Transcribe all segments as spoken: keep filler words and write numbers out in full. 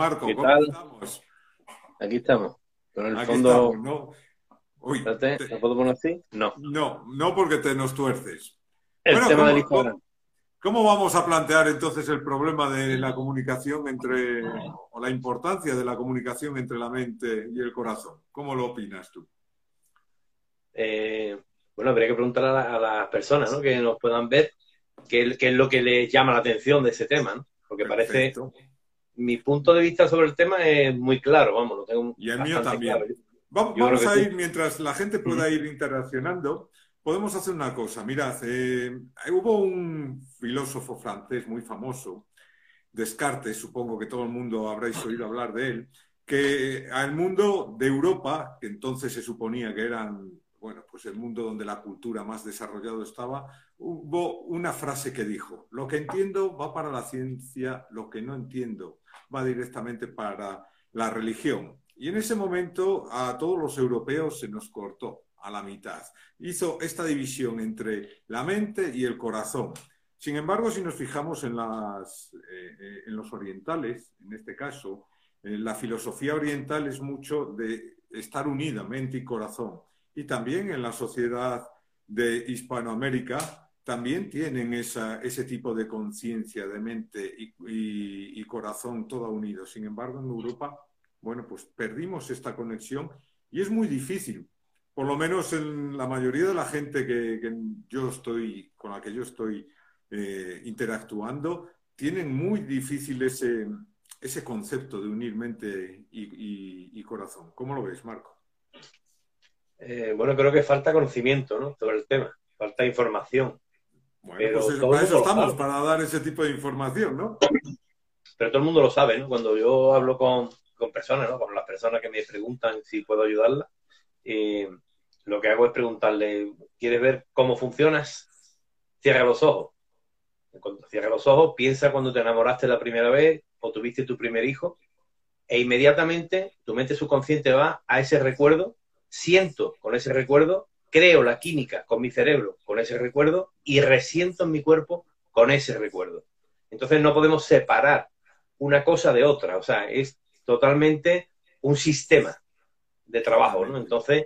Marco, ¿Qué ¿cómo tal? estamos? Aquí estamos. Con el Aquí estamos, fondo, ¿no? Uy, espérate, ¿lo te- puedo poner así? No. no, no porque te nos tuerces. El Bueno, tema del ¿cómo, Instagram. cómo, cómo vamos a plantear entonces el problema de la comunicación entre, o la importancia de la comunicación entre la mente y el corazón? ¿Cómo lo opinas tú? Eh, bueno, habría que preguntar a, la- a las personas, ¿no? Que nos puedan ver qué, qué es lo que les llama la atención de ese tema, ¿no? Porque parece, Perfecto. mi punto de vista sobre el tema es muy claro, vamos, lo tengo Y el mío bastante claro. también. Yo, Va- yo creo Vamos que a tú. ir, mientras la gente Ujú. pueda ir interaccionando, podemos hacer una cosa. Mirad, eh, hubo un filósofo francés muy famoso, Descartes, supongo que todo el mundo habréis oído hablar de él, que al mundo de Europa, que entonces se suponía que eran, bueno, pues el mundo donde la cultura más desarrollado estaba, hubo una frase que dijo: lo que entiendo va para la ciencia, lo que no entiendo va directamente para la religión. Y en ese momento a todos los europeos se nos cortó a la mitad. Hizo esta división entre la mente y el corazón. Sin embargo, si nos fijamos en, las, eh, en los orientales, en este caso, eh, la filosofía oriental es mucho de estar unida, mente y corazón. Y también en la sociedad de Hispanoamérica también tienen esa, ese tipo de conciencia de mente y, y, y corazón toda unido. Sin embargo, en Europa, bueno, pues perdimos esta conexión y es muy difícil. Por lo menos en la mayoría de la gente que, que yo estoy, con la que yo estoy eh, interactuando, tienen muy difícil ese, ese concepto de unir mente y, y, y corazón. ¿Cómo lo ves, Marco? Eh, bueno, creo que falta conocimiento, ¿no? Sobre el tema, falta información, Bueno, pues pero eso, todo el para eso mundo lo estamos, sabe. para dar ese tipo de información, ¿no? Pero todo el mundo lo sabe, ¿no? Cuando yo hablo con, con personas, ¿no? Con las personas que me preguntan si puedo ayudarlas, eh, lo que hago es preguntarle, ¿quieres ver cómo funcionas? Cierra los ojos. Cuando cierra los ojos, piensa cuando te enamoraste la primera vez o tuviste tu primer hijo e inmediatamente tu mente subconsciente va a ese recuerdo, siento con ese recuerdo, creo la química con mi cerebro con ese recuerdo y resiento en mi cuerpo con ese recuerdo. Entonces no podemos separar una cosa de otra, o sea, es totalmente un sistema de trabajo, ¿no? Totalmente. Entonces,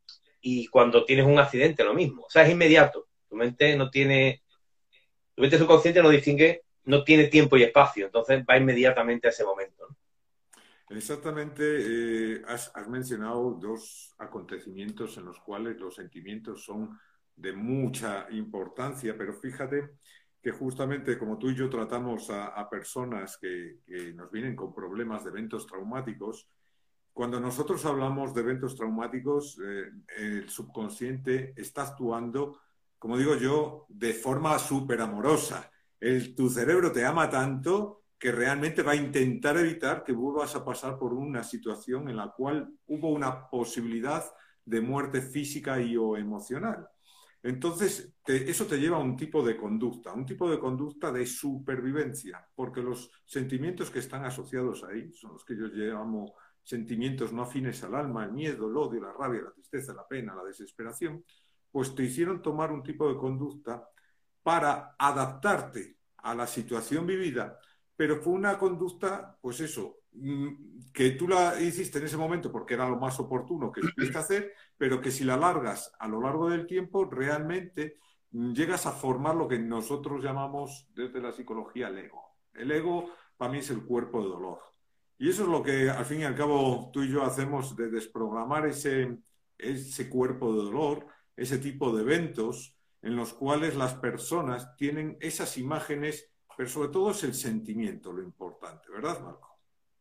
y cuando tienes un accidente, lo mismo, o sea, es inmediato. Tu mente no tiene, tu mente subconsciente no distingue, no tiene tiempo y espacio, entonces va inmediatamente a ese momento, ¿no? Exactamente, eh, has, has mencionado dos acontecimientos en los cuales los sentimientos son de mucha importancia, pero fíjate que justamente como tú y yo tratamos a, a personas que, que nos vienen con problemas de eventos traumáticos, cuando nosotros hablamos de eventos traumáticos, eh, el subconsciente está actuando, como digo yo, de forma súper amorosa. El, tu cerebro te ama tanto que realmente va a intentar evitar que vuelvas a pasar por una situación en la cual hubo una posibilidad de muerte física y o emocional. Entonces, te, eso te lleva a un tipo de conducta, un tipo de conducta de supervivencia, porque los sentimientos que están asociados ahí son los que yo llamo sentimientos no afines al alma, el miedo, el odio, la rabia, la tristeza, la pena, la desesperación, pues te hicieron tomar un tipo de conducta para adaptarte a la situación vivida, pero fue una conducta, pues eso, que tú la hiciste en ese momento porque era lo más oportuno que supiste hacer, pero que si la largas a lo largo del tiempo, realmente llegas a formar lo que nosotros llamamos desde la psicología el ego. El ego para mí es el cuerpo de dolor. Y eso es lo que al fin y al cabo tú y yo hacemos de desprogramar ese, ese cuerpo de dolor, ese tipo de eventos en los cuales las personas tienen esas imágenes, pero sobre todo es el sentimiento lo importante, ¿verdad, Marco?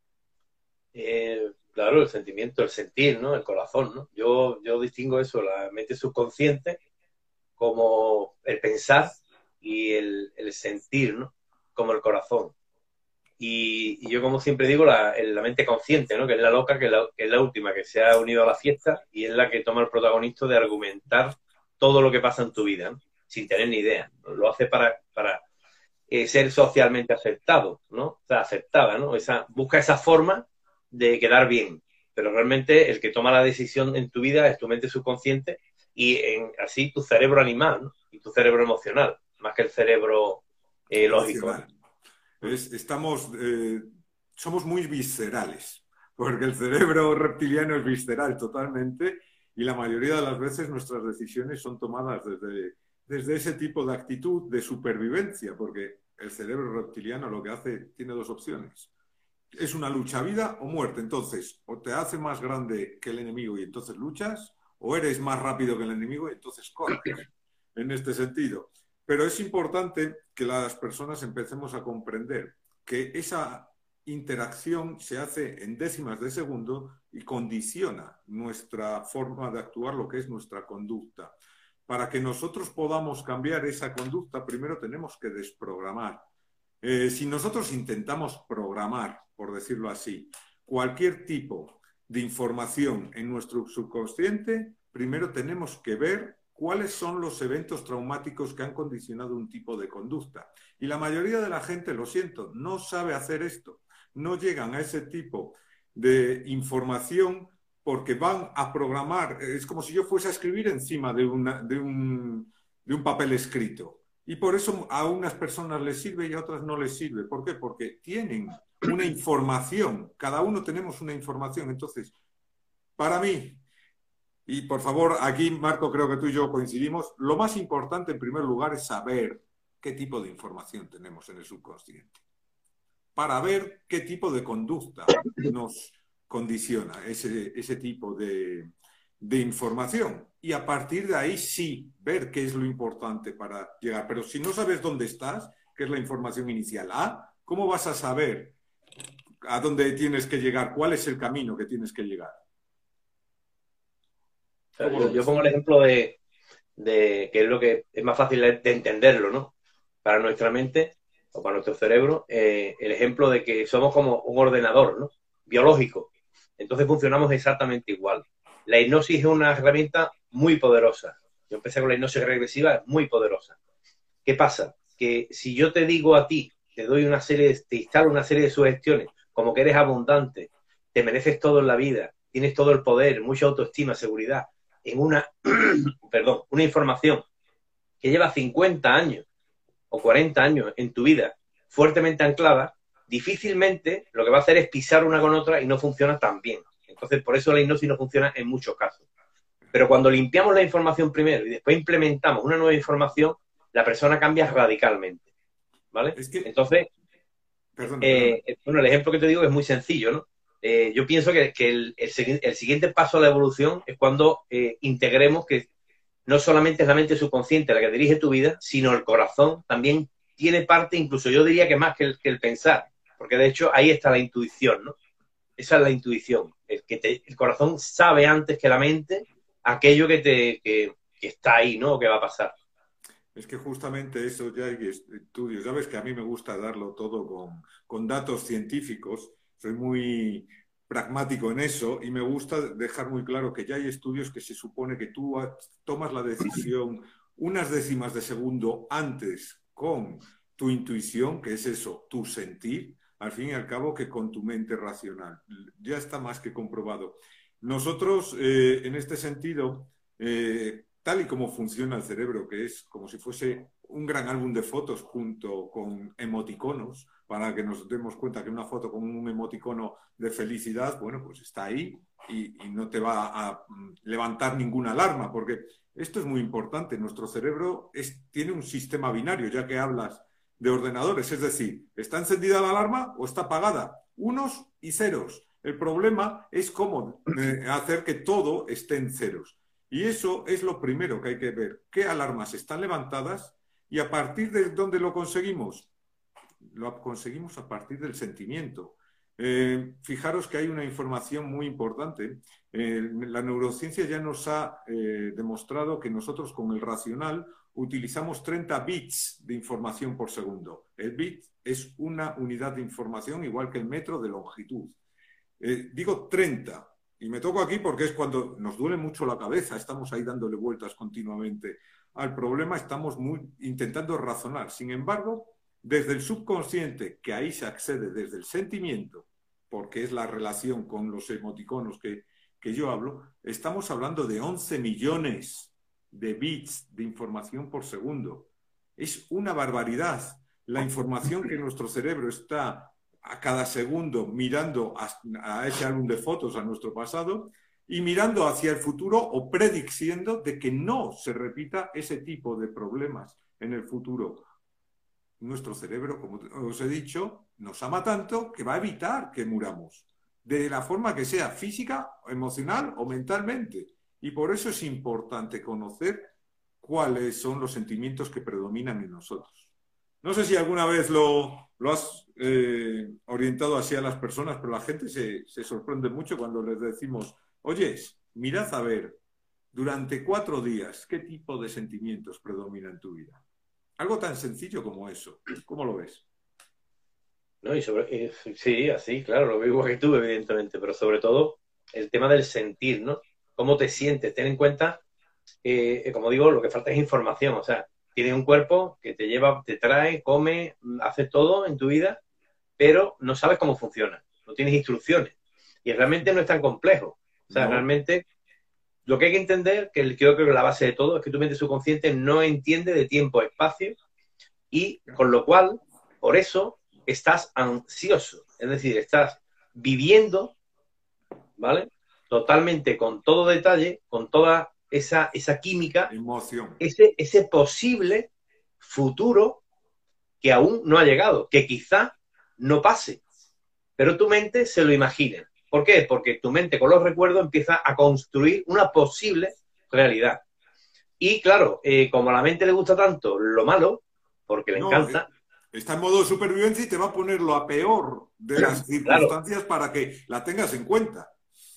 Eh, claro, el sentimiento, el sentir, ¿no? El corazón, ¿no? Yo, yo distingo eso, la mente subconsciente, como el pensar y el, el sentir, ¿no? Como el corazón. Y, y yo, como siempre digo, la, la mente consciente, ¿no? Que es la loca, que es la, que es la última, que se ha unido a la fiesta y es la que toma el protagonismo de argumentar todo lo que pasa en tu vida, ¿no? Sin tener ni idea. Lo hace para, para eh, ser socialmente aceptado, ¿no? O sea, aceptada, ¿no? Esa, busca esa forma de quedar bien, pero realmente el que toma la decisión en tu vida es tu mente subconsciente y en, así tu cerebro animal, ¿no? Y tu cerebro emocional, más que el cerebro eh, lógico, Racional. ¿no? Es, estamos eh, somos muy viscerales, porque el cerebro reptiliano es visceral totalmente y la mayoría de las veces nuestras decisiones son tomadas desde, desde ese tipo de actitud de supervivencia, porque el cerebro reptiliano lo que hace, tiene dos opciones. Es una lucha vida o muerte. Entonces, o te hace más grande que el enemigo y entonces luchas, o eres más rápido que el enemigo y entonces corres, en este sentido. Pero es importante que las personas empecemos a comprender que esa interacción se hace en décimas de segundo y condiciona nuestra forma de actuar, lo que es nuestra conducta. Para que nosotros podamos cambiar esa conducta, primero tenemos que desprogramar. Eh, si nosotros intentamos programar, por decirlo así, cualquier tipo de información en nuestro subconsciente, primero tenemos que ver cuáles son los eventos traumáticos que han condicionado un tipo de conducta. Y la mayoría de la gente, lo siento, no sabe hacer esto. No llegan a ese tipo de información porque van a programar. Es como si yo fuese a escribir encima de, una, de, un, de un papel escrito. Y por eso a unas personas les sirve y a otras no les sirve. ¿Por qué? Porque tienen una información. Cada uno tenemos una información. Entonces, para mí, y por favor, aquí, Marco, creo que tú y yo coincidimos, lo más importante en primer lugar es saber qué tipo de información tenemos en el subconsciente, para ver qué tipo de conducta nos condiciona ese, ese tipo de, de información. Y a partir de ahí sí, ver qué es lo importante para llegar. Pero si no sabes dónde estás, que es la información inicial A, ¿cómo vas a saber a dónde tienes que llegar? ¿Cuál es el camino que tienes que llegar? O sea, yo, yo pongo el ejemplo de, de que es lo que es más fácil de entenderlo, ¿no? Para nuestra mente o para nuestro cerebro, eh, el ejemplo de que somos como un ordenador, ¿no? Biológico. Entonces funcionamos exactamente igual. La hipnosis es una herramienta muy poderosa. Yo empecé con la hipnosis regresiva, es muy poderosa. ¿Qué pasa? Que si yo te digo a ti, te doy una serie, de, te instalo una serie de sugestiones, como que eres abundante, te mereces todo en la vida, tienes todo el poder, mucha autoestima, seguridad, en una, perdón, una información que lleva cincuenta años o cuarenta años en tu vida fuertemente anclada, difícilmente lo que va a hacer es pisar una con otra y no funciona tan bien. Entonces, por eso la hipnosis no funciona en muchos casos. Pero cuando limpiamos la información primero y después implementamos una nueva información, la persona cambia radicalmente, ¿vale? Es que... Entonces, perdona, eh, perdona. bueno, el ejemplo que te digo es muy sencillo, ¿no? Eh, yo pienso que, que el, el, el siguiente paso a la evolución es cuando eh, integremos que no solamente es la mente subconsciente la que dirige tu vida, sino el corazón también tiene parte, incluso yo diría que más que el, que el pensar, porque de hecho ahí está la intuición, ¿no? Esa es la intuición, el, que te, el corazón sabe antes que la mente aquello que, te, que, que está ahí, ¿no? Que va a pasar. Es que justamente eso ya hay estudios. Sabes que a mí me gusta darlo todo con, con datos científicos. Soy muy pragmático en eso y me gusta dejar muy claro que ya hay estudios que se supone que tú tomas la decisión unas décimas de segundo antes con tu intuición, que es eso, tu sentir, al fin y al cabo, que con tu mente racional. Ya está más que comprobado. Nosotros, eh, en este sentido, eh, tal y como funciona el cerebro, que es como si fuese un gran álbum de fotos junto con emoticonos, para que nos demos cuenta que una foto con un emoticono de felicidad, bueno, pues está ahí y, y no te va a levantar ninguna alarma, porque esto es muy importante. Nuestro cerebro es, tiene un sistema binario, ya que hablas de ordenadores, es decir, ¿está encendida la alarma o está apagada? Unos y ceros. El problema es cómo eh, hacer que todo esté en ceros. Y eso es lo primero que hay que ver. ¿Qué alarmas están levantadas? Y a partir de dónde lo conseguimos. Lo conseguimos a partir del sentimiento. Eh, fijaros que hay una información muy importante. Eh, la neurociencia ya nos ha eh, demostrado que nosotros con el racional utilizamos treinta bits de información por segundo. El bit es una unidad de información igual que el metro de longitud. Eh, digo treinta. Y me toco aquí porque es cuando nos duele mucho la cabeza, estamos ahí dándole vueltas continuamente al problema, estamos muy, intentando razonar. Sin embargo, desde el subconsciente, que ahí se accede desde el sentimiento, porque es la relación con los emoticonos que, que yo hablo, estamos hablando de once millones de bits de información por segundo. Es una barbaridad la información que nuestro cerebro está a cada segundo mirando a, a ese álbum de fotos, a nuestro pasado, y mirando hacia el futuro o prediciendo de que no se repita ese tipo de problemas en el futuro. Nuestro cerebro, como os he dicho, nos ama tanto que va a evitar que muramos, de la forma que sea, física, emocional o mentalmente. Y por eso es importante conocer cuáles son los sentimientos que predominan en nosotros. No sé si alguna vez lo, lo has eh, orientado así a las personas, pero la gente se, se sorprende mucho cuando les decimos: oyes, mirad a ver, durante cuatro días, ¿qué tipo de sentimientos predominan en tu vida? Algo tan sencillo como eso. ¿Cómo lo ves? ¿No? Y sobre, eh, sí, así, claro, lo veo igual que tú, evidentemente, pero sobre todo el tema del sentir, ¿no? ¿Cómo te sientes? Ten en cuenta, eh, como digo, lo que falta es información, o sea, tienes un cuerpo que te lleva, te trae, come, hace todo en tu vida, pero no sabes cómo funciona, no tienes instrucciones. Y realmente no es tan complejo. O sea, No. realmente lo que hay que entender, que creo que la base de todo, es que tu mente subconsciente no entiende de tiempo, espacio, y con lo cual, por eso, estás ansioso. Es decir, estás viviendo, ¿vale? Totalmente con todo detalle, con toda esa, esa química, Emoción. ese, ese posible futuro que aún no ha llegado, que quizá no pase, pero tu mente se lo imagina. ¿Por qué? Porque tu mente con los recuerdos empieza a construir una posible realidad. Y claro, eh, como a la mente le gusta tanto lo malo, porque le No, encanta, está en modo de supervivencia y te va a poner lo a peor de las claro, circunstancias para que la tengas en cuenta.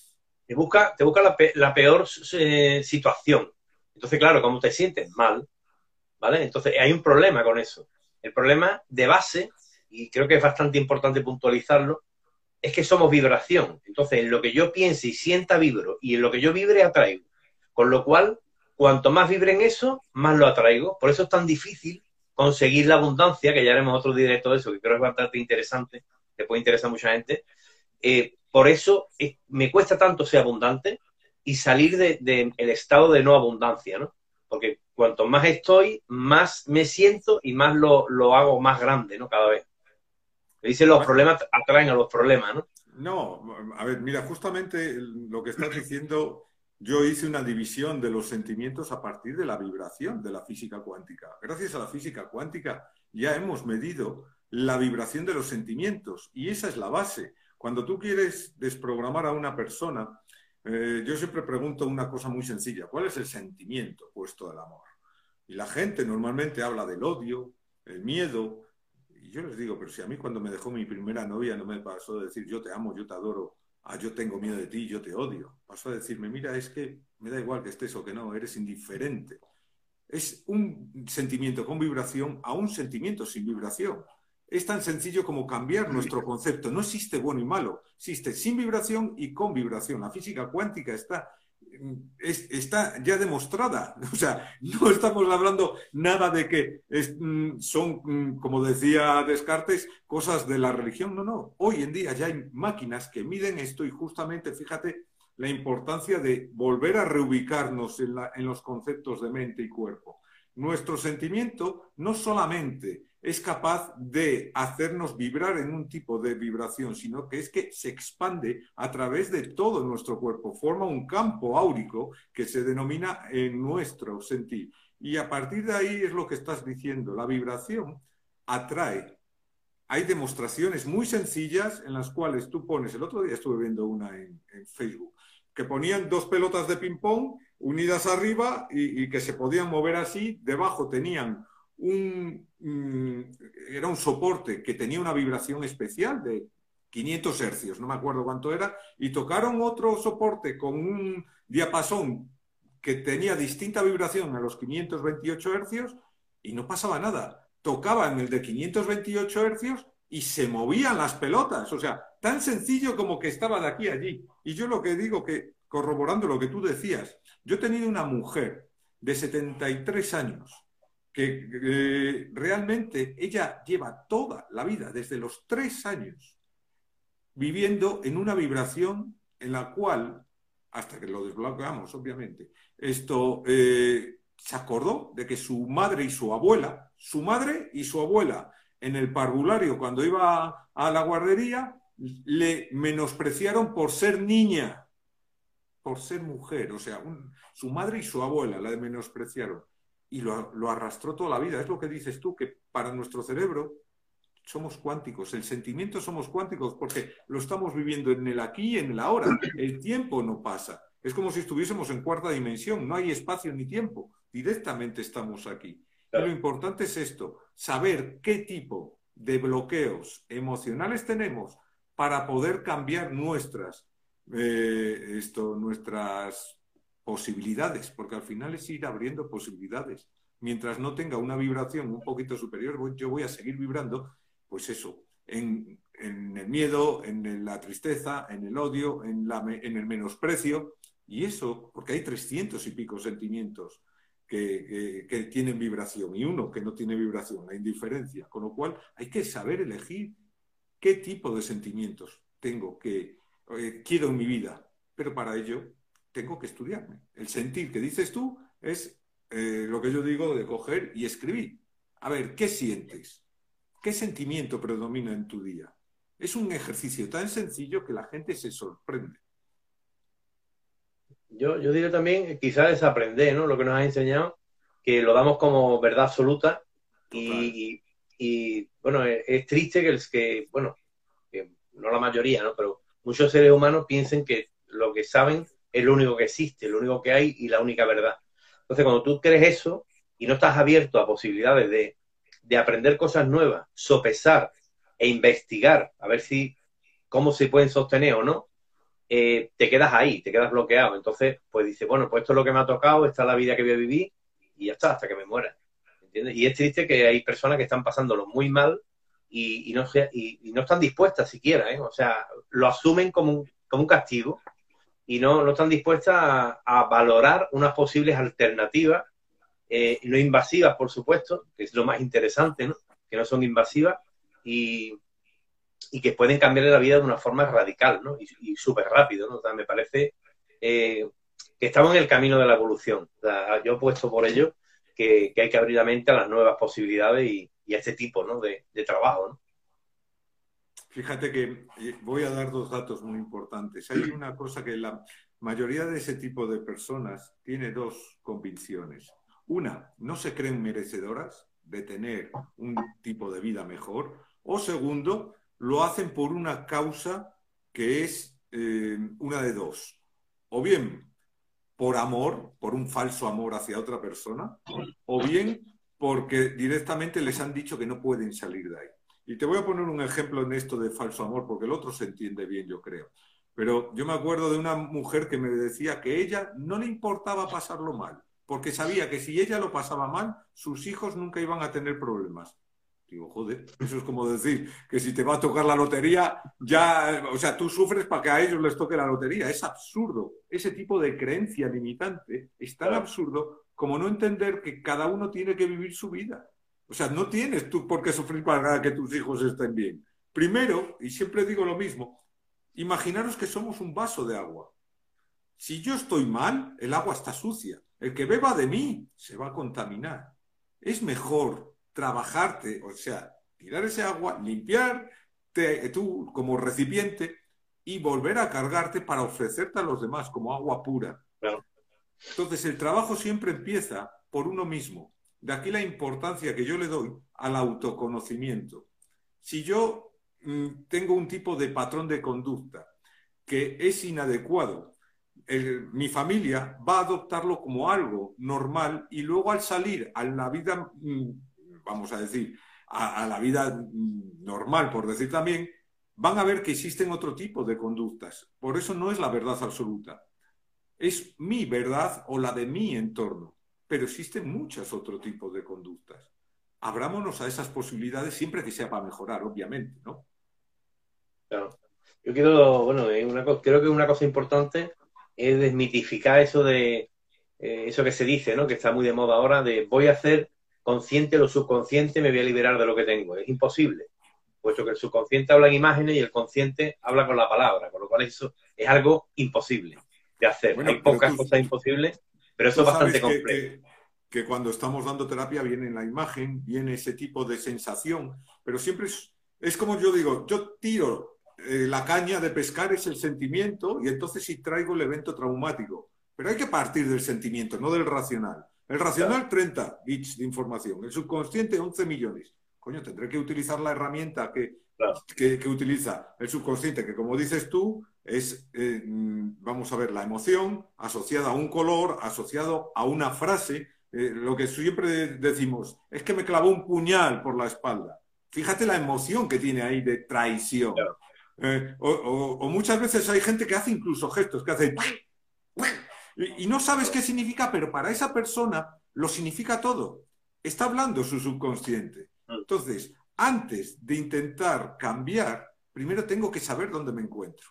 te busca, te busca la, pe la peor eh, situación. Entonces, claro, como te sientes mal, ¿vale? Entonces hay un problema con eso. El problema de base, y creo que es bastante importante puntualizarlo, es que somos vibración. Entonces, en lo que yo piense y sienta vibro, y en lo que yo vibre atraigo. Con lo cual, cuanto más vibre en eso, más lo atraigo. Por eso es tan difícil conseguir la abundancia, que ya haremos otro directo de eso, que creo que es bastante interesante, que puede interesar a mucha gente. Eh, por eso eh, me cuesta tanto ser abundante y salir del de, de estado de no abundancia, ¿no? Porque cuanto más estoy, más me siento y más lo, lo hago más grande, ¿no? Cada vez. Me dicen los problemas atraen a los problemas, ¿no? No, a ver, mira, justamente lo que estás diciendo, yo hice una división de los sentimientos a partir de la vibración de la física cuántica. Gracias a la física cuántica ya hemos medido la vibración de los sentimientos y esa es la base. Cuando tú quieres desprogramar a una persona, eh, yo siempre pregunto una cosa muy sencilla: ¿cuál es el sentimiento opuesto del amor? Y la gente normalmente habla del odio, el miedo. Y yo les digo, pero si a mí cuando me dejó mi primera novia no me pasó de decir yo te amo, yo te adoro, ah, yo tengo miedo de ti, yo te odio. Pasó a decirme, mira, es que me da igual que estés o que no, eres indiferente. Es un sentimiento con vibración a un sentimiento sin vibración. Es tan sencillo como cambiar nuestro concepto. No existe bueno y malo, existe sin vibración y con vibración. La física cuántica está Es, está ya demostrada. O sea, no estamos hablando nada de que es, son, como decía Descartes, cosas de la religión. No, no. Hoy en día ya hay máquinas que miden esto y justamente, fíjate, la importancia de volver a reubicarnos en, la, en los conceptos de mente y cuerpo. Nuestro sentimiento no solamente es capaz de hacernos vibrar en un tipo de vibración, sino que es que se expande a través de todo nuestro cuerpo, forma un campo áurico que se denomina en nuestro sentir. Y a partir de ahí es lo que estás diciendo, la vibración atrae. Hay demostraciones muy sencillas en las cuales tú pones, el otro día estuve viendo una en, en Facebook, que ponían dos pelotas de ping-pong unidas arriba y, y que se podían mover así, debajo tenían Un, um, era un soporte que tenía una vibración especial de quinientos hercios, no me acuerdo cuánto era, y tocaron otro soporte con un diapasón que tenía distinta vibración a los quinientos veintiocho hercios y no pasaba nada. Tocaban el de quinientos veintiocho hercios y se movían las pelotas. O sea, tan sencillo como que estaba de aquí a allí. Y yo lo que digo, que corroborando lo que tú decías, yo he tenido una mujer de setenta y tres años que eh, realmente ella lleva toda la vida, desde los tres años, viviendo en una vibración en la cual, hasta que lo desbloqueamos, obviamente, esto eh, se acordó de que su madre y su abuela, su madre y su abuela, en el parvulario, cuando iba a, a la guardería, le menospreciaron por ser niña, por ser mujer. O sea, un, su madre y su abuela la menospreciaron. Y lo, lo arrastró toda la vida. Es lo que dices tú, que para nuestro cerebro somos cuánticos. El sentimiento somos cuánticos porque lo estamos viviendo en el aquí y en el ahora. El tiempo no pasa. Es como si estuviésemos en cuarta dimensión. No hay espacio ni tiempo. Directamente estamos aquí. Y lo importante es esto, saber qué tipo de bloqueos emocionales tenemos para poder cambiar nuestras, eh, esto, nuestras posibilidades, porque al final es ir abriendo posibilidades. Mientras no tenga una vibración un poquito superior, yo voy a seguir vibrando, pues eso, en, en el miedo, en la tristeza, en el odio, en, la, en el menosprecio, y eso, porque hay trescientos y pico sentimientos Que, que, que tienen vibración y uno que no tiene vibración, la indiferencia. Con lo cual hay que saber elegir qué tipo de sentimientos tengo que eh, quiero en mi vida, pero para ello tengo que estudiarme. El sentir que dices tú es eh, lo que yo digo de coger y escribir. A ver, ¿qué sientes? ¿Qué sentimiento predomina en tu día? Es un ejercicio tan sencillo que la gente se sorprende. Yo, yo diría también, quizás desaprender, ¿no? Lo que nos has enseñado, que lo damos como verdad absoluta y, y, y, bueno, es, es triste que, el, que, bueno, que no la mayoría, ¿no? Pero muchos seres humanos piensen que lo que saben es lo único que existe, lo único que hay y la única verdad. Entonces, cuando tú crees eso y no estás abierto a posibilidades de, de aprender cosas nuevas, sopesar e investigar, a ver si cómo se pueden sostener o no, Eh, te quedas ahí, te quedas bloqueado. Entonces, pues dices, bueno, pues esto es lo que me ha tocado, esta es la vida que voy a vivir y ya está, hasta que me muera. ¿Entiendes? Y es triste que hay personas que están pasándolo muy mal y, y, no, y, y no están dispuestas siquiera, ¿eh? O sea, lo asumen como un, como un castigo y no, no están dispuestas a, a valorar unas posibles alternativas, eh, no invasivas, por supuesto, que es lo más interesante, ¿no? Que no son invasivas y y que pueden cambiar la vida de una forma radical, ¿no? Y, y súper rápido, ¿no? O sea, me parece eh, que estamos en el camino de la evolución. O sea, yo he puesto por ello que, que hay que abrir la mente a las nuevas posibilidades y, y a este tipo, ¿no? de, de trabajo, ¿no? Fíjate que voy a dar dos datos muy importantes. Hay una cosa que la mayoría de ese tipo de personas tiene dos convicciones. Una, no se creen merecedoras de tener un tipo de vida mejor. O segundo, lo hacen por una causa que es eh, una de dos. O bien por amor, por un falso amor hacia otra persona, o bien porque directamente les han dicho que no pueden salir de ahí. Y te voy a poner un ejemplo en esto de falso amor, porque el otro se entiende bien, yo creo. Pero yo me acuerdo de una mujer que me decía que ella no le importaba pasarlo mal, porque sabía que si ella lo pasaba mal, sus hijos nunca iban a tener problemas. Digo, joder, eso es como decir que si te va a tocar la lotería, ya, o sea, tú sufres para que a ellos les toque la lotería. Es absurdo. Ese tipo de creencia limitante es tan absurdo como no entender que cada uno tiene que vivir su vida. O sea, no tienes tú por qué sufrir para que tus hijos estén bien. Primero, y siempre digo lo mismo, imaginaros que somos un vaso de agua. Si yo estoy mal, el agua está sucia. El que beba de mí se va a contaminar. Es mejor trabajarte, o sea, tirar ese agua, limpiarte tú como recipiente y volver a cargarte para ofrecerte a los demás como agua pura. Claro. Entonces, el trabajo siempre empieza por uno mismo. De aquí la importancia que yo le doy al autoconocimiento. Si yo mmm, tengo un tipo de patrón de conducta que es inadecuado, el, mi familia va a adoptarlo como algo normal y luego al salir a la vida, mmm, vamos a decir, a, a la vida mmm, normal, por decir también, van a ver que existen otro tipo de conductas. Por eso no es la verdad absoluta. Es mi verdad o la de mi entorno, pero existen muchos otros tipos de conductas. Abrámonos a esas posibilidades siempre que sea para mejorar, obviamente, ¿no? Claro. Yo quiero, bueno, una, creo que una cosa importante es desmitificar eso de, eh, eso que se dice, ¿no? Que está muy de moda ahora, de voy a hacer consciente lo subconsciente, me voy a liberar de lo que tengo. Es imposible, puesto que el subconsciente habla en imágenes y el consciente habla con la palabra, con lo cual eso es algo imposible de hacer. Bueno, hay pocas tú, cosas imposibles, pero eso es bastante complejo. Que, que cuando estamos dando terapia viene la imagen, viene ese tipo de sensación, pero siempre es, es como yo digo, yo tiro eh, la caña de pescar, es el sentimiento, y entonces sí traigo el evento traumático. Pero hay que partir del sentimiento, no del racional. El racional, treinta bits de información. El subconsciente, once millones. Coño, tendré que utilizar la herramienta que, Claro. que, que utiliza el subconsciente, que como dices tú, es, eh, vamos a ver, la emoción asociada a un color, asociado a una frase. Eh, lo que siempre decimos es que me clavó un puñal por la espalda. Fíjate la emoción que tiene ahí de traición. Claro. Eh, o, o, o muchas veces hay gente que hace incluso gestos, que hace... Y, y no sabes qué significa, pero para esa persona lo significa todo. Está hablando su subconsciente. Entonces, antes de intentar cambiar, primero tengo que saber dónde me encuentro.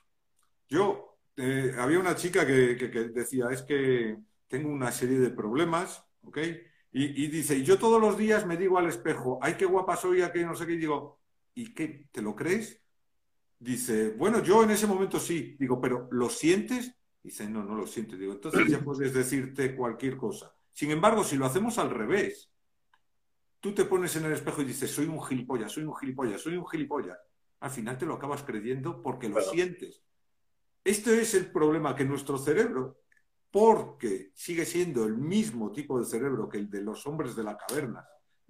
Yo, eh, había una chica que, que, que decía, es que tengo una serie de problemas, ¿ok? Y, y dice, y yo todos los días me digo al espejo, ay, qué guapa soy, a qué no sé qué, y digo, ¿y qué? ¿Te lo crees? Dice, bueno, yo en ese momento sí. Digo, ¿pero lo sientes? Dice, no, no lo siento. Digo, entonces ya puedes decirte cualquier cosa. Sin embargo, si lo hacemos al revés, tú te pones en el espejo y dices, soy un gilipollas, soy un gilipollas, soy un gilipollas. Al final te lo acabas creyendo porque lo Bueno. sientes. Este es el problema, que nuestro cerebro, porque sigue siendo el mismo tipo de cerebro que el de los hombres de la caverna.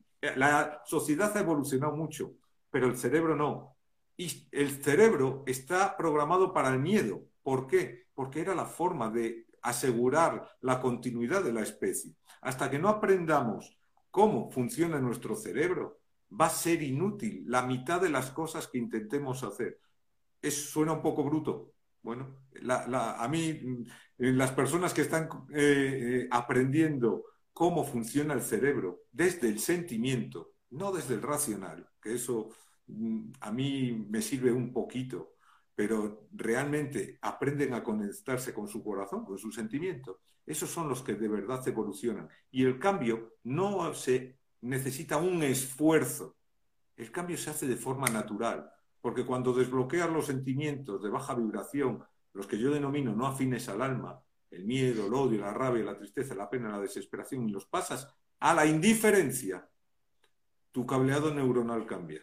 La sociedad ha evolucionado mucho, pero el cerebro no. Y el cerebro está programado para el miedo. ¿Por qué? Porque era la forma de asegurar la continuidad de la especie. Hasta que no aprendamos cómo funciona nuestro cerebro, va a ser inútil la mitad de las cosas que intentemos hacer. Es, suena un poco bruto. Bueno, la, la, a mí, las personas que están eh, eh, aprendiendo cómo funciona el cerebro desde el sentimiento, no desde el racional, que eso a mí me sirve un poquito, pero realmente aprenden a conectarse con su corazón, con su sentimiento. Esos son los que de verdad evolucionan. Y el cambio no se necesita un esfuerzo. El cambio se hace de forma natural, porque cuando desbloqueas los sentimientos de baja vibración, los que yo denomino no afines al alma, el miedo, el odio, la rabia, la tristeza, la pena, la desesperación, y los pasas a la indiferencia, tu cableado neuronal cambia.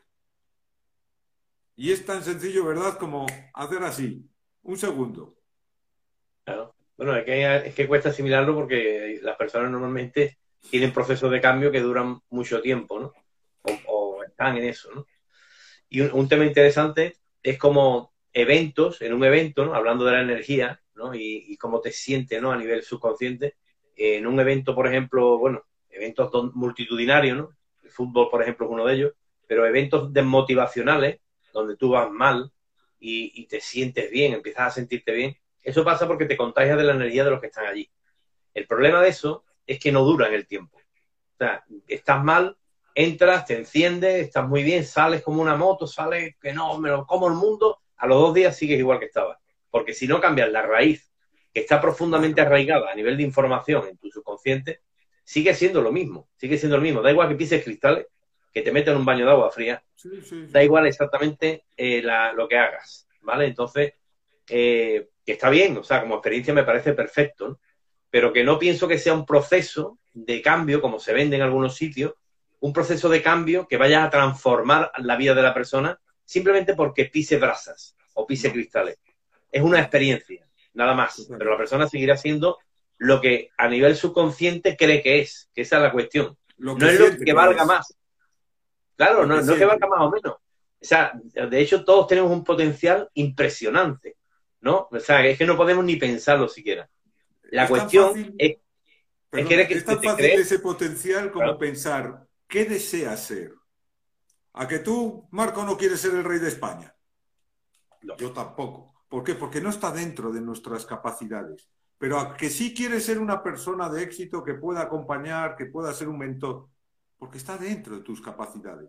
Y es tan sencillo, ¿verdad?, como hacer así, un segundo. Claro. Bueno, es que, es que cuesta asimilarlo porque las personas normalmente tienen procesos de cambio que duran mucho tiempo, ¿no? O, o están en eso, ¿no? Y un, un tema interesante es como eventos, en un evento, ¿no? Hablando de la energía, ¿no? Y, y cómo te sientes, ¿no? A nivel subconsciente. Eh, en un evento, por ejemplo, bueno, eventos multitudinarios, ¿no? El fútbol, por ejemplo, es uno de ellos, pero eventos desmotivacionales, donde tú vas mal y, y te sientes bien, empiezas a sentirte bien. Eso pasa porque te contagias de la energía de los que están allí. El problema de eso es que no dura en el tiempo. O sea, estás mal, entras, te enciendes, estás muy bien, sales como una moto, sales que no, me lo como el mundo, a los dos días sigues igual que estabas. Porque si no cambias la raíz, que está profundamente arraigada a nivel de información en tu subconsciente, sigue siendo lo mismo, sigue siendo lo mismo. Da igual que pises cristales, que te metan en un baño de agua fría, sí, sí, sí. Da igual exactamente eh, la, lo que hagas, ¿vale? Entonces, eh, que está bien, o sea, como experiencia me parece perfecto, ¿no? Pero que no pienso que sea un proceso de cambio, como se vende en algunos sitios, un proceso de cambio que vaya a transformar la vida de la persona simplemente porque pise brasas o pise no. cristales. Es una experiencia, nada más, pero la persona seguirá siendo lo que a nivel subconsciente cree que es, que esa es la cuestión. Lo no es lo que, que valga es. más. Claro, no, no es que valga más o menos. O sea, de hecho, todos tenemos un potencial impresionante, ¿no? O sea, es que no podemos ni pensarlo siquiera. La es cuestión fácil, es, perdón, es, que, es tan que fácil crees, ese potencial como claro. pensar, ¿qué deseas ser? ¿A que tú, Marco, no quieres ser el rey de España? No. Yo tampoco. ¿Por qué? Porque no está dentro de nuestras capacidades. Pero a que sí quieres ser una persona de éxito que pueda acompañar, que pueda ser un mentor, porque está dentro de tus capacidades.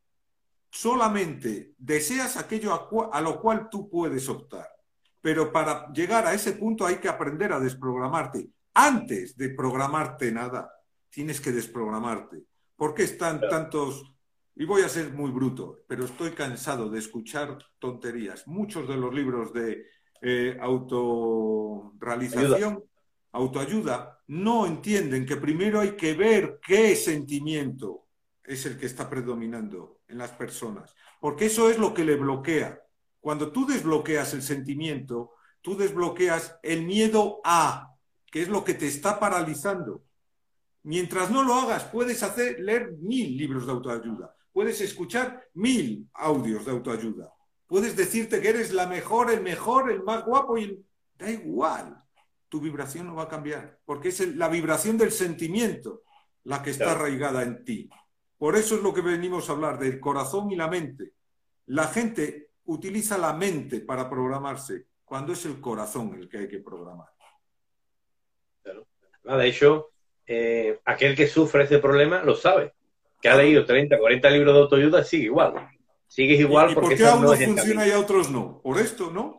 Solamente deseas aquello a, a lo cual tú puedes optar. Pero para llegar a ese punto hay que aprender a desprogramarte. Antes de programarte nada, tienes que desprogramarte. ¿Por qué están claro. tantos...? Y voy a ser muy bruto, pero estoy cansado de escuchar tonterías. Muchos de los libros de eh, autorrealización, Ayuda. autoayuda, no entienden que primero hay que ver qué sentimiento es el que está predominando en las personas, porque eso es lo que le bloquea. Cuando tú desbloqueas el sentimiento, tú desbloqueas el miedo a, que es lo que te está paralizando. Mientras no lo hagas, puedes hacer, leer mil libros de autoayuda, puedes escuchar mil audios de autoayuda, puedes decirte que eres la mejor, el mejor, el más guapo, y el... da igual. Tu vibración no va a cambiar, porque es el, la vibración del sentimiento la que está arraigada en ti. Por eso es lo que venimos a hablar, del corazón y la mente. La gente utiliza la mente para programarse, cuando es el corazón el que hay que programar. Claro. De hecho, eh, aquel que sufre ese problema lo sabe, que ha leído treinta, cuarenta libros de autoayuda, sigue igual. Sigues igual. ¿Y, y porque por qué a unos no funciona y a otros no? Por esto, ¿no?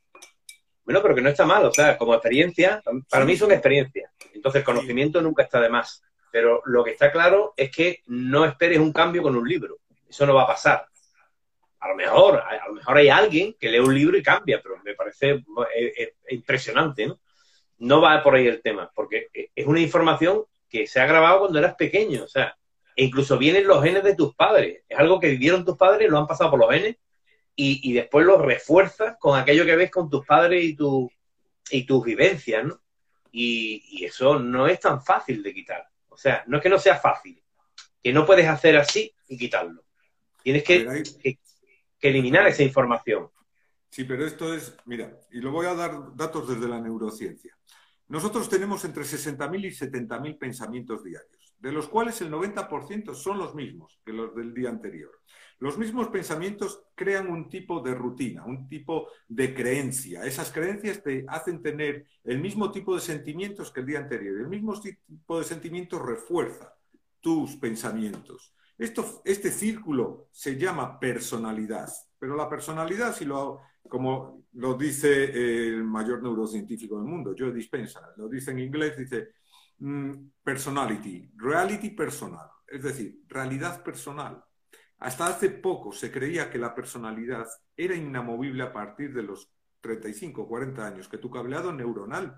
Bueno, pero que no está mal, o sea, como experiencia, para sí, mí son experiencias. Entonces, el conocimiento sí. nunca está de más. Pero lo que está claro es que no esperes un cambio con un libro. Eso no va a pasar. A lo mejor, a lo mejor hay alguien que lee un libro y cambia, pero me parece impresionante, ¿no? No va por ahí el tema, porque es una información que se ha grabado cuando eras pequeño, o sea, e incluso vienen los genes de tus padres. Es algo que vivieron tus padres, lo han pasado por los genes, y, y después lo refuerzas con aquello que ves con tus padres y, tu, y tus vivencias, ¿no? Y, y eso no es tan fácil de quitar. O sea, no es que no sea fácil, que no puedes hacer así y quitarlo. Tienes que, ver, hay... que, que eliminar esa información. Sí, pero esto es, mira, y lo voy a dar datos desde la neurociencia. Nosotros tenemos entre sesenta mil y setenta mil pensamientos diarios, de los cuales el noventa por ciento son los mismos que los del día anterior. Los mismos pensamientos crean un tipo de rutina, un tipo de creencia. Esas creencias te hacen tener el mismo tipo de sentimientos que el día anterior. El mismo tipo de sentimientos refuerza tus pensamientos. Esto, este círculo se llama personalidad, pero la personalidad, si lo, como lo dice el mayor neurocientífico del mundo, Joe Dispenza, lo dice en inglés, dice mm, personality, reality personal, es decir, realidad personal. Hasta hace poco se creía que la personalidad era inamovible a partir de los treinta y cinco o cuarenta años, que tu cableado neuronal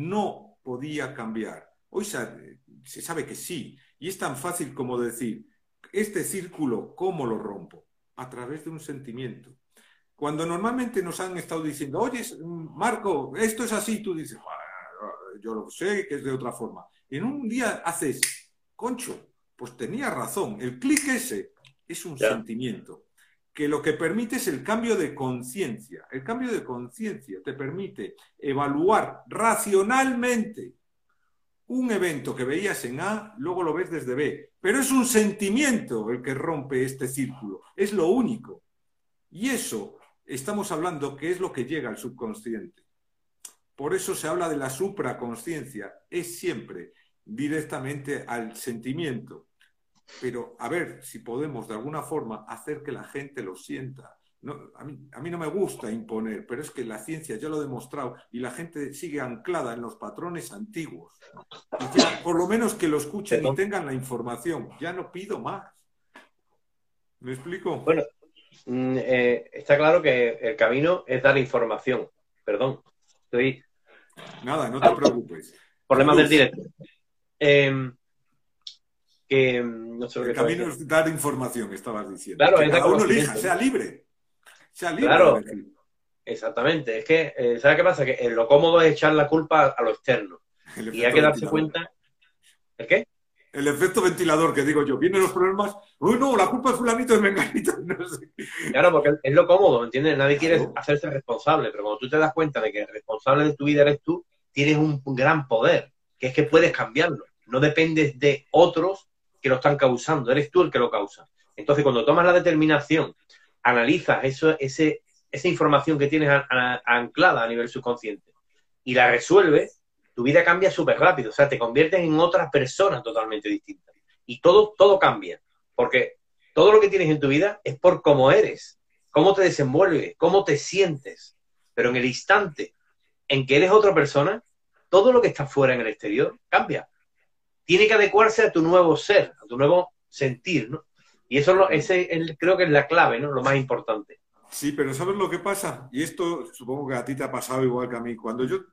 no podía cambiar. Hoy se, se sabe que sí, y es tan fácil como decir, este círculo, ¿cómo lo rompo? A través de un sentimiento. Cuando normalmente nos han estado diciendo, oye, Marco, esto es así, tú dices, yo lo sé, que es de otra forma. En un día haces, concho, pues tenía razón, el clic ese es un yeah. sentimiento, que lo que permite es el cambio de conciencia. El cambio de conciencia te permite evaluar racionalmente un evento que veías en A, luego lo ves desde B. Pero es un sentimiento el que rompe este círculo. Es lo único. Y eso, estamos hablando que es lo que llega al subconsciente. Por eso se habla de la supraconsciencia. Es siempre directamente al sentimiento. Pero a ver si podemos de alguna forma hacer que la gente lo sienta. No, a, mí, a mí no me gusta imponer, pero es que la ciencia ya lo ha demostrado y la gente sigue anclada en los patrones antiguos. Y ya, por lo menos que lo escuchen y tengan la información. Ya no pido más. ¿Me explico? Bueno, eh, está claro que el camino es dar información. Perdón, estoy... Nada, no te preocupes. Problemas del directo. Eh, que, no sé lo el que camino es dar información, estabas diciendo. Claro, que es cada uno elija, sea libre. Sea libre. Claro, exactamente. Es que, eh, ¿sabes qué pasa? Que lo cómodo es echar la culpa a lo externo. Y hay que darse ventilador. cuenta... ¿El qué? El efecto ventilador, que digo yo. Vienen los problemas... Uy, no, la culpa es fulanito de menganito. No sé. Claro, porque es lo cómodo, ¿entiendes? Nadie quiere claro. hacerse responsable, pero cuando tú te das cuenta de que el responsable de tu vida eres tú, tienes un gran poder, que es que puedes cambiarlo. No dependes de otros que lo están causando, eres tú el que lo causa. Entonces, cuando tomas la determinación, analizas eso, ese, esa información que tienes a, a, anclada a nivel subconsciente y la resuelves, tu vida cambia súper rápido. O sea, te conviertes en otra persona totalmente distinta. Y todo, todo cambia. Porque todo lo que tienes en tu vida es por cómo eres, cómo te desenvuelves, cómo te sientes. Pero en el instante en que eres otra persona, todo lo que está fuera en el exterior cambia. Tiene que adecuarse a tu nuevo ser, a tu nuevo sentir, ¿no? Y eso lo, ese el, creo que es la clave, ¿no? Lo más importante. Sí, pero ¿sabes lo que pasa? Y esto supongo que a ti te ha pasado igual que a mí. Cuando yo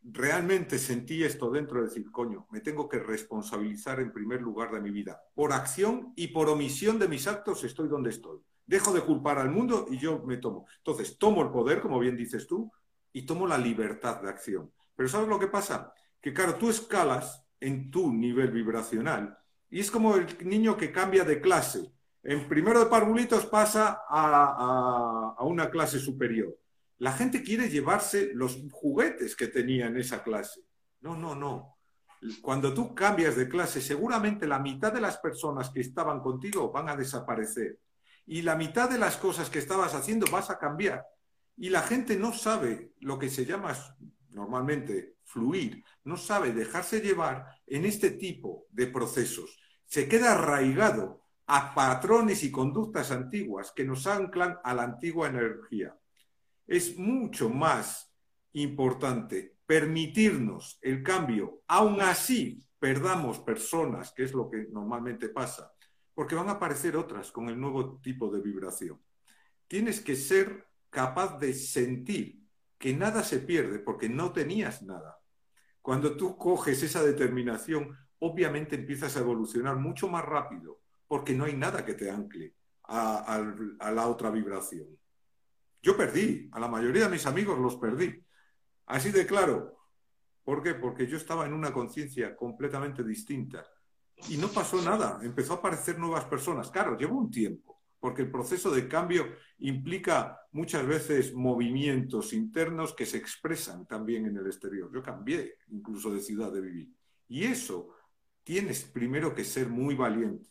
realmente sentí esto dentro de decir, coño, me tengo que responsabilizar en primer lugar de mi vida. Por acción y por omisión de mis actos estoy donde estoy. Dejo de culpar al mundo y yo me tomo. Entonces, tomo el poder, como bien dices tú, y tomo la libertad de acción. Pero ¿sabes lo que pasa? Que claro, tú escalas en tu nivel vibracional y es como el niño que cambia de clase. En primero de parvulitos pasa a, a, a una clase superior. La gente quiere llevarse los juguetes que tenía en esa clase. No, no, no. Cuando tú cambias de clase, seguramente la mitad de las personas que estaban contigo van a desaparecer. Y la mitad de las cosas que estabas haciendo vas a cambiar. Y la gente no sabe lo que se llama normalmente fluir, no sabe dejarse llevar en este tipo de procesos. Se queda arraigado a patrones y conductas antiguas que nos anclan a la antigua energía. Es mucho más importante permitirnos el cambio, aún así perdamos personas, que es lo que normalmente pasa, porque van a aparecer otras con el nuevo tipo de vibración. Tienes que ser capaz de sentir que nada se pierde porque no tenías nada. Cuando tú coges esa determinación, obviamente empiezas a evolucionar mucho más rápido porque no hay nada que te ancle a, a, a la otra vibración. Yo perdí, a la mayoría de mis amigos los perdí. Así de claro. ¿Por qué? Porque yo estaba en una conciencia completamente distinta. Y no pasó nada. Empezó a aparecer nuevas personas. Claro, llevó un tiempo, porque el proceso de cambio implica muchas veces movimientos internos que se expresan también en el exterior. Yo cambié incluso de ciudad de vivir. Y eso tienes primero que ser muy valiente.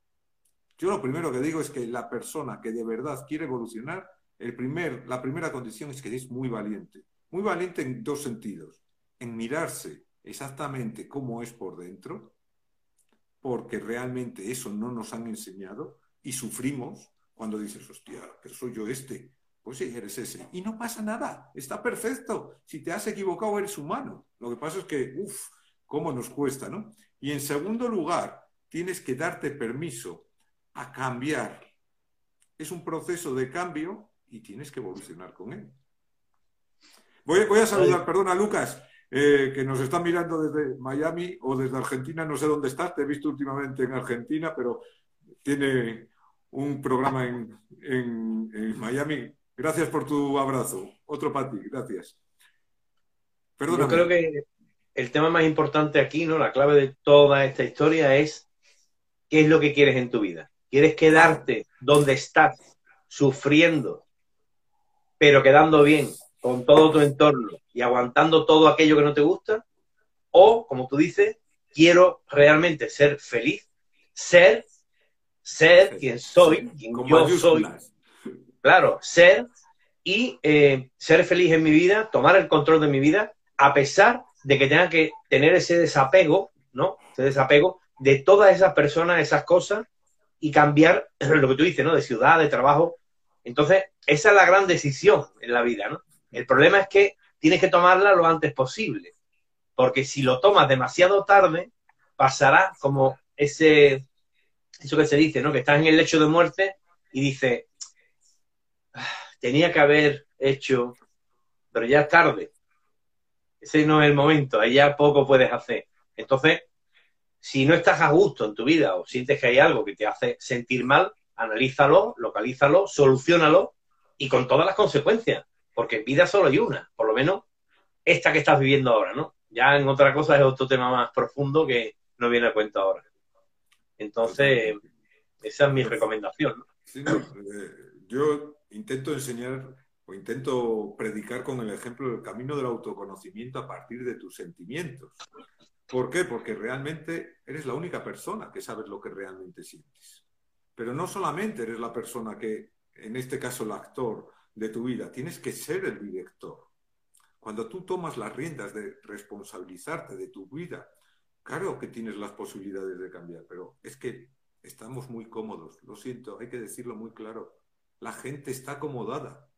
Yo lo primero que digo es que la persona que de verdad quiere evolucionar, el primer, la primera condición es que es muy valiente. Muy valiente en dos sentidos. En mirarse exactamente cómo es por dentro, porque realmente eso no nos han enseñado y sufrimos cuando dices, hostia, pero soy yo este. Pues sí, eres ese. Y no pasa nada, está perfecto. Si te has equivocado, eres humano. Lo que pasa es que, uff, cómo nos cuesta, ¿no? Y en segundo lugar, tienes que darte permiso a cambiar. Es un proceso de cambio y tienes que evolucionar con él. Voy, voy a saludar, perdona, Lucas, eh, que nos está mirando desde Miami o desde Argentina, no sé dónde estás, te he visto últimamente en Argentina, pero tiene un programa en, en, en Miami. Gracias por tu abrazo. Otro para ti, gracias. Perdóname. Yo creo que el tema más importante aquí, ¿no? La clave de toda esta historia es ¿qué es lo que quieres en tu vida? ¿Quieres quedarte donde estás, sufriendo, pero quedando bien con todo tu entorno y aguantando todo aquello que no te gusta? O, como tú dices, quiero realmente ser feliz, ser, ser quien soy, quien yo soy. Claro, ser y eh, ser feliz en mi vida, tomar el control de mi vida, a pesar de que tenga que tener ese desapego, ¿no? Ese desapego de todas esas personas, esas cosas, y cambiar lo que tú dices, ¿no? De ciudad, de trabajo. Entonces, esa es la gran decisión en la vida, ¿no? El problema es que tienes que tomarla lo antes posible, porque si lo tomas demasiado tarde, pasará como ese, eso que se dice, ¿no? Que estás en el lecho de muerte y dices, ah, tenía que haber hecho, pero ya es tarde. Ese no es el momento, ahí ya poco puedes hacer. Entonces, si no estás a gusto en tu vida o sientes que hay algo que te hace sentir mal, analízalo, localízalo, soluciónalo y con todas las consecuencias, porque vida solo hay una, por lo menos esta que estás viviendo ahora, ¿no? Ya en otra cosa es otro tema más profundo que no viene a cuento ahora. Entonces, esa es mi recomendación, ¿no? Sí, no, eh, yo intento enseñar o intento predicar con el ejemplo del camino del autoconocimiento a partir de tus sentimientos. ¿Por qué? Porque realmente eres la única persona que sabes lo que realmente sientes. Pero no solamente eres la persona que, en este caso el actor de tu vida, tienes que ser el director. Cuando tú tomas las riendas de responsabilizarte de tu vida, claro que tienes las posibilidades de cambiar, pero es que estamos muy cómodos, lo siento, hay que decirlo muy claro. La gente está acomodada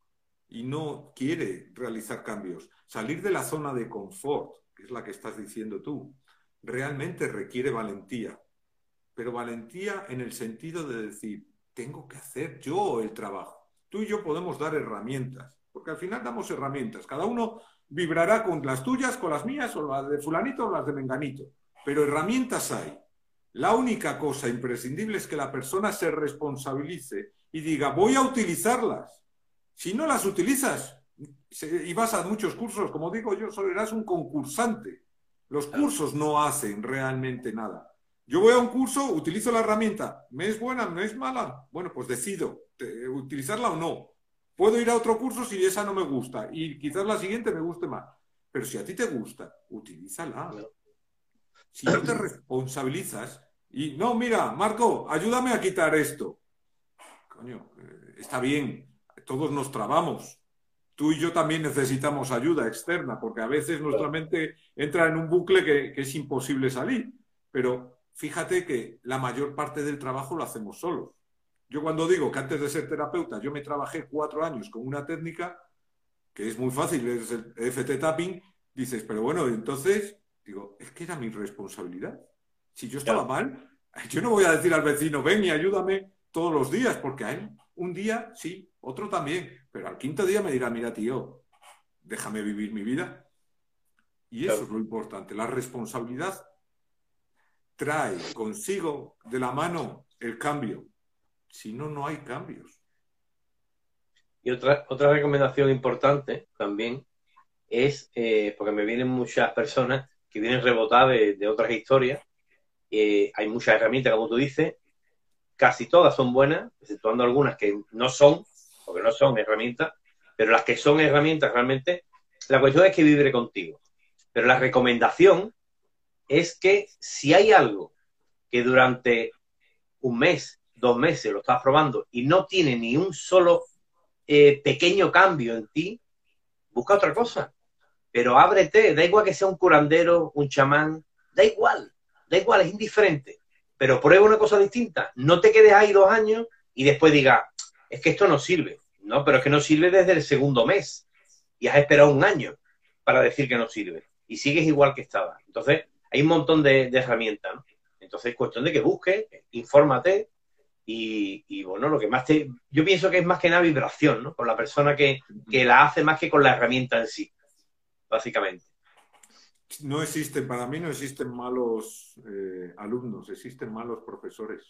y no quiere realizar cambios. Salir de la zona de confort, que es la que estás diciendo tú, realmente requiere valentía. Pero valentía en el sentido de decir, tengo que hacer yo el trabajo. Tú y yo podemos dar herramientas, porque al final damos herramientas. Cada uno vibrará con las tuyas, con las mías, o las de fulanito o las de menganito. Pero herramientas hay. La única cosa imprescindible es que la persona se responsabilice y diga, voy a utilizarlas. Si no las utilizas y vas a muchos cursos, como digo yo, serás un concursante. Los cursos no hacen realmente nada. Yo voy a un curso, utilizo la herramienta. ¿Me es buena? ¿Me es mala? Bueno, pues decido utilizarla o no. Puedo ir a otro curso si esa no me gusta y quizás la siguiente me guste más. Pero si a ti te gusta, utilízala. Si no te responsabilizas y, no, mira, Marco, ayúdame a quitar esto. Coño, eh, está bien, todos nos trabamos. Tú y yo también necesitamos ayuda externa, porque a veces nuestra mente entra en un bucle que, que es imposible salir. Pero fíjate que la mayor parte del trabajo lo hacemos solos. Yo cuando digo que antes de ser terapeuta yo me trabajé cuatro años con una técnica que es muy fácil, es el F T tapping, dices, pero bueno, entonces, digo, es que era mi responsabilidad. Si yo estaba mal, yo no voy a decir al vecino, ven y ayúdame todos los días, porque a él un día sí, otro también, pero al quinto día me dirá, mira, tío, déjame vivir mi vida. Y eso es lo importante, la responsabilidad trae consigo de la mano el cambio. Si no, no hay cambios. Y otra, otra recomendación importante también es, eh, porque me vienen muchas personas que vienen rebotadas de, de otras historias, eh, hay muchas herramientas, como tú dices, casi todas son buenas, exceptuando algunas que no son, porque no son herramientas, pero las que son herramientas realmente, la cuestión es que vibre contigo. Pero la recomendación es que si hay algo que durante un mes, dos meses lo estás probando y no tiene ni un solo eh, pequeño cambio en ti, busca otra cosa. Pero ábrete, da igual que sea un curandero, un chamán, da igual, da igual, es indiferente. Pero prueba una cosa distinta. No te quedes ahí dos años y después digas, es que esto no sirve. No, pero es que no sirve desde el segundo mes. Y has esperado un año para decir que no sirve. Y sigues igual que estabas. Entonces, hay un montón de, de herramientas, ¿no? Entonces, es cuestión de que busques, infórmate y, y, bueno, lo que más te... Yo pienso que es más que nada vibración, ¿no? Con la persona que, que la hace más que con la herramienta en sí, básicamente. No existen, para mí no existen malos eh, alumnos, existen malos profesores.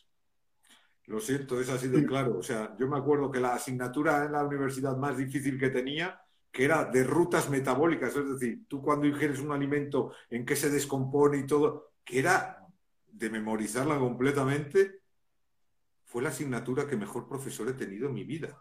Lo siento, es así de claro. O sea, yo me acuerdo que la asignatura en la universidad más difícil que tenía, que era de rutas metabólicas, es decir, tú cuando ingieres un alimento, en qué se descompone y todo, que era de memorizarla completamente, fue la asignatura que mejor profesor he tenido en mi vida.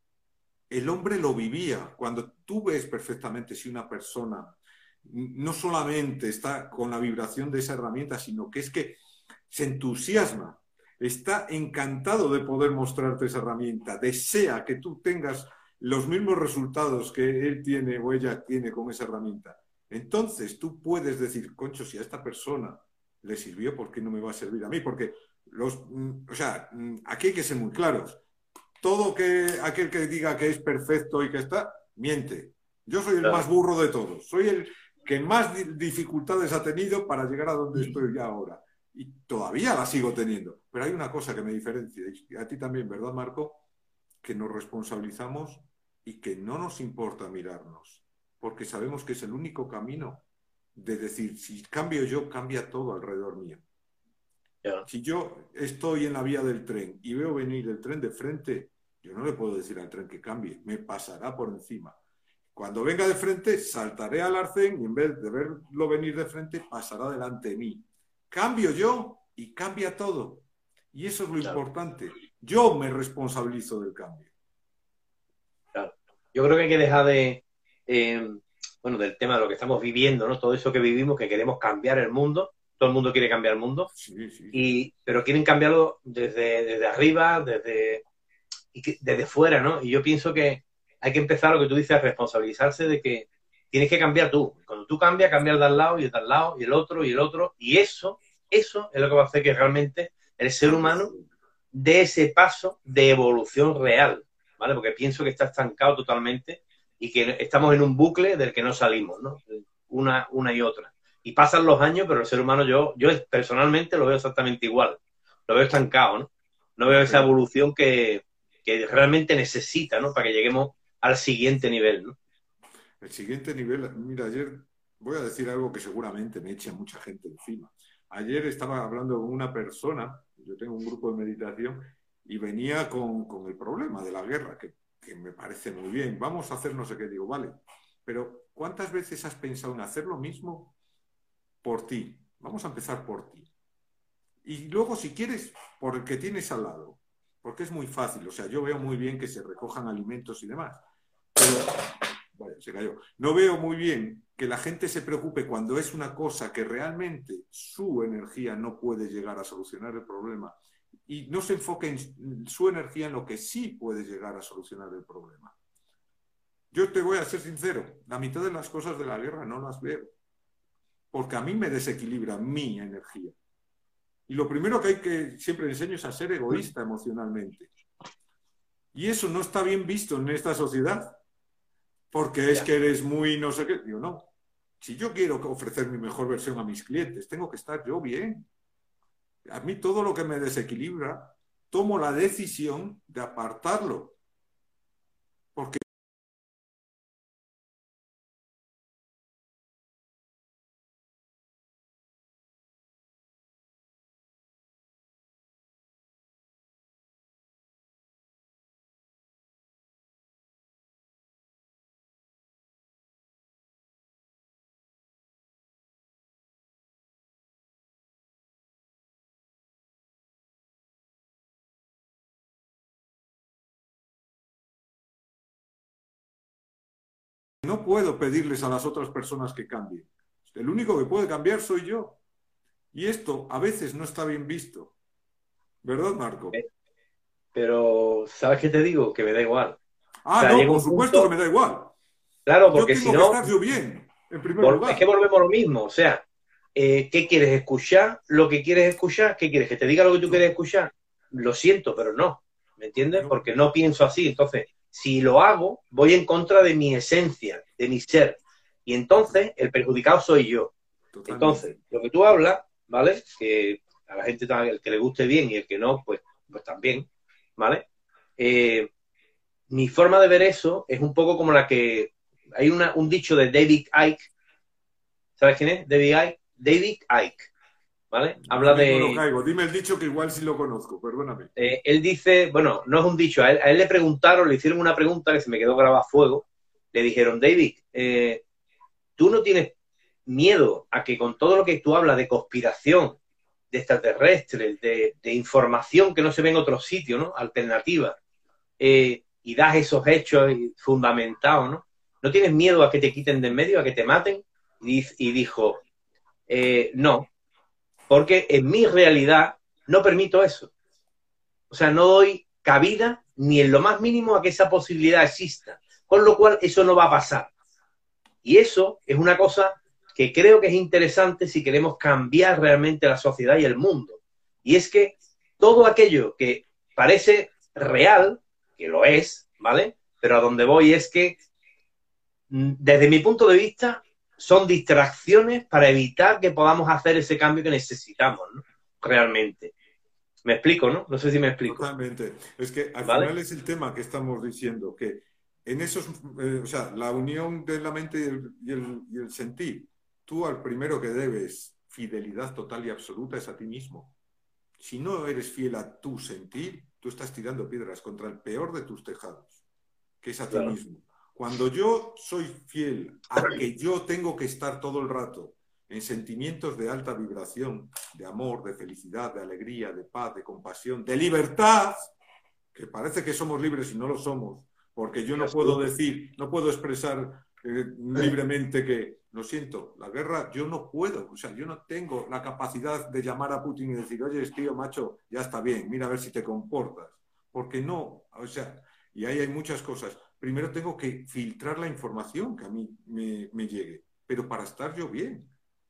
El hombre lo vivía. Cuando tú ves perfectamente si una persona no solamente está con la vibración de esa herramienta, sino que es que se entusiasma, está encantado de poder mostrarte esa herramienta, desea que tú tengas los mismos resultados que él tiene o ella tiene con esa herramienta. Entonces tú puedes decir, concho, si a esta persona le sirvió, ¿por qué no me va a servir a mí? Porque los, o sea, aquí hay que ser muy claros. Todo que, aquel que diga que es perfecto y que está, miente. Yo soy el claro. más burro de todos. Soy el que más dificultades ha tenido para llegar a donde estoy ya ahora. Y todavía la sigo teniendo. Pero hay una cosa que me diferencia, y a ti también, ¿verdad, Marco? Que nos responsabilizamos y que no nos importa mirarnos, porque sabemos que es el único camino de decir, si cambio yo, cambia todo alrededor mío. Yeah. Si yo estoy en la vía del tren y veo venir el tren de frente, yo no le puedo decir al tren que cambie, me pasará por encima. Cuando venga de frente, saltaré al arcén y en vez de verlo venir de frente, pasará delante de mí. Cambio yo y cambia todo. Y eso es lo claro. importante. Yo me responsabilizo del cambio. Claro. Yo creo que hay que dejar de, eh, bueno, del tema de lo que estamos viviendo, ¿no? Todo eso que vivimos, que queremos cambiar el mundo. Todo el mundo quiere cambiar el mundo. Sí, sí. Y, pero quieren cambiarlo desde, desde arriba, desde, y que, desde fuera, ¿no? Y yo pienso que hay que empezar, lo que tú dices, a responsabilizarse de que tienes que cambiar tú. Cuando tú cambias, cambias de al lado y de al lado y el otro y el otro. Y eso, eso es lo que va a hacer que realmente el ser humano dé ese paso de evolución real, ¿vale? Porque pienso que está estancado totalmente y que estamos en un bucle del que no salimos, ¿no? Una, una y otra. Y pasan los años, pero el ser humano, yo, yo personalmente lo veo exactamente igual. Lo veo estancado, ¿no? No veo esa evolución que, que realmente necesita, ¿no? Para que lleguemos al siguiente nivel, ¿no? El siguiente nivel, mira, ayer voy a decir algo que seguramente me eche a mucha gente encima. Ayer estaba hablando con una persona, yo tengo un grupo de meditación, y venía con, con el problema de la guerra, que, que me parece muy bien. Vamos a hacer no sé qué. Digo, vale, pero ¿cuántas veces has pensado en hacer lo mismo por ti? Vamos a empezar por ti. Y luego, si quieres, por el que tienes al lado. Porque es muy fácil. O sea, yo veo muy bien que se recojan alimentos y demás. Pero, vaya, se cayó. No veo muy bien que la gente se preocupe cuando es una cosa que realmente su energía no puede llegar a solucionar el problema. Y no se enfoque en su energía en lo que sí puede llegar a solucionar el problema. Yo te voy a ser sincero. La mitad de las cosas de la guerra no las veo. Porque a mí me desequilibra mi energía. Y lo primero que hay que siempre enseño es a ser egoísta emocionalmente. Y eso no está bien visto en esta sociedad. Porque es que eres muy no sé qué. Digo, no. Si yo quiero ofrecer mi mejor versión a mis clientes, tengo que estar yo bien. A mí todo lo que me desequilibra, tomo la decisión de apartarlo. Porque no puedo pedirles a las otras personas que cambien. El único que puede cambiar soy yo. Y esto a veces no está bien visto. ¿Verdad, Marco? Pero, ¿sabes qué te digo? Que me da igual. Ah, O sea, no, llega por un supuesto punto, que me da igual. claro, Yo porque si tengo que no, estar yo bien, en primer vol- es que lugar. volvemos a lo mismo. O sea, eh, ¿qué quieres escuchar? ¿Lo que quieres escuchar? ¿Qué quieres? ¿Que te diga lo que tú No, quieres escuchar? Lo siento, pero no. ¿Me entiendes? no, Porque no pienso así. Entonces, si lo hago, voy en contra de mi esencia, de mi ser. Y entonces, el perjudicado soy yo. totalmente. Entonces, lo que tú hablas, ¿vale? Que a la gente, el que le guste bien y el que no, pues, pues también, ¿vale? Eh, mi forma de ver eso es un poco como la que... Hay una, un dicho de David Icke, ¿sabes quién es? David Icke, David Icke, ¿vale? Ahora Habla mismo no de... caigo. Dime el dicho que igual sí lo conozco, perdóname. Eh, él dice, bueno, no es un dicho, a él, a él le preguntaron, le hicieron una pregunta que se me quedó grabada a fuego, le dijeron, David, eh, ¿tú no tienes miedo a que con todo lo que tú hablas de conspiración, de extraterrestres, de, de información que no se ve en otros sitios, ¿no? Alternativa, eh, y das esos hechos fundamentados, ¿no? ¿No tienes miedo a que te quiten de en medio, a que te maten? Y, y dijo, eh, no, porque en mi realidad no permito eso. O sea, no doy cabida ni en lo más mínimo a que esa posibilidad exista. Con lo cual, eso no va a pasar. Y eso es una cosa que creo que es interesante si queremos cambiar realmente la sociedad y el mundo. Y es que todo aquello que parece real, que lo es, ¿vale? Pero a donde voy es que, desde mi punto de vista, son distracciones para evitar que podamos hacer ese cambio que necesitamos, ¿no? Realmente. Me explico, ¿no? No sé si me explico, Totalmente. Es que al ¿vale? final es el tema que estamos diciendo, que en esos, eh, o sea, la unión de la mente y el, y, el, y el sentir, tú al primero que debes fidelidad total y absoluta es a ti mismo. Si no eres fiel a tu sentir, tú estás tirando piedras contra el peor de tus tejados, que es a ti Claro. mismo. Cuando yo soy fiel a que yo tengo que estar todo el rato en sentimientos de alta vibración, de amor, de felicidad, de alegría, de paz, de compasión, de libertad, que parece que somos libres y no lo somos, porque yo En no puedo absoluto. decir, no puedo expresar eh, libremente que, lo siento, la guerra yo no puedo, o sea, yo no tengo la capacidad de llamar a Putin y decir, oye, tío, macho, ya está bien, mira a ver si te comportas, porque no, o sea, y ahí hay muchas cosas. Primero tengo que filtrar la información que a mí me, me llegue, pero para estar yo bien.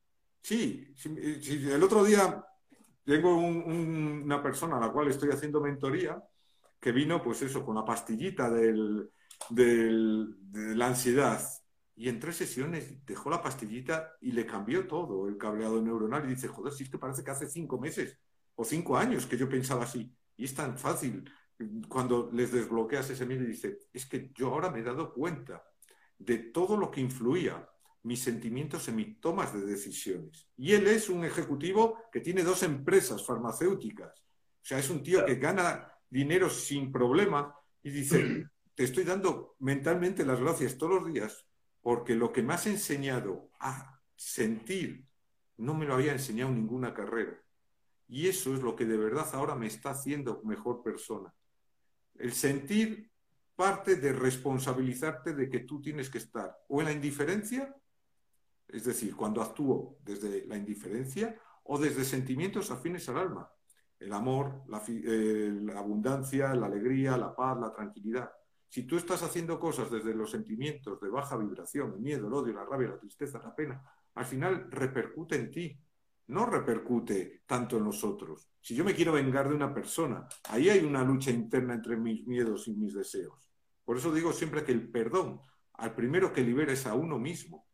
Sí, sí, sí, el otro día tengo un, un, una persona a la cual estoy haciendo mentoría que vino, pues eso, con la pastillita del, del, de la ansiedad. Y en tres sesiones dejó la pastillita y le cambió todo el cableado neuronal. Y dice, joder, si es que parece que hace cinco meses o cinco años que yo pensaba así. Y es tan fácil cuando les desbloqueas ese miedo y dice, es que yo ahora me he dado cuenta de todo lo que influía mis sentimientos en mis tomas de decisiones. Y él es un ejecutivo que tiene dos empresas farmacéuticas. O sea, es un tío que gana dinero sin problema y dice, te estoy dando mentalmente las gracias todos los días porque lo que me has enseñado a sentir no me lo había enseñado ninguna carrera. Y eso es lo que de verdad ahora me está haciendo mejor persona. El sentir parte de responsabilizarte de que tú tienes que estar o en la indiferencia, es decir, cuando actúo desde la indiferencia o desde sentimientos afines al alma. El amor, la, eh, la abundancia, la alegría, la paz, la tranquilidad. Si tú estás haciendo cosas desde los sentimientos de baja vibración, el miedo, el odio, la rabia, la tristeza, la pena, al final repercute en ti. No repercute tanto en los otros. Si yo me quiero vengar de una persona, ahí hay una lucha interna entre mis miedos y mis deseos. Por eso digo siempre que el perdón, al primero que libera es a uno mismo.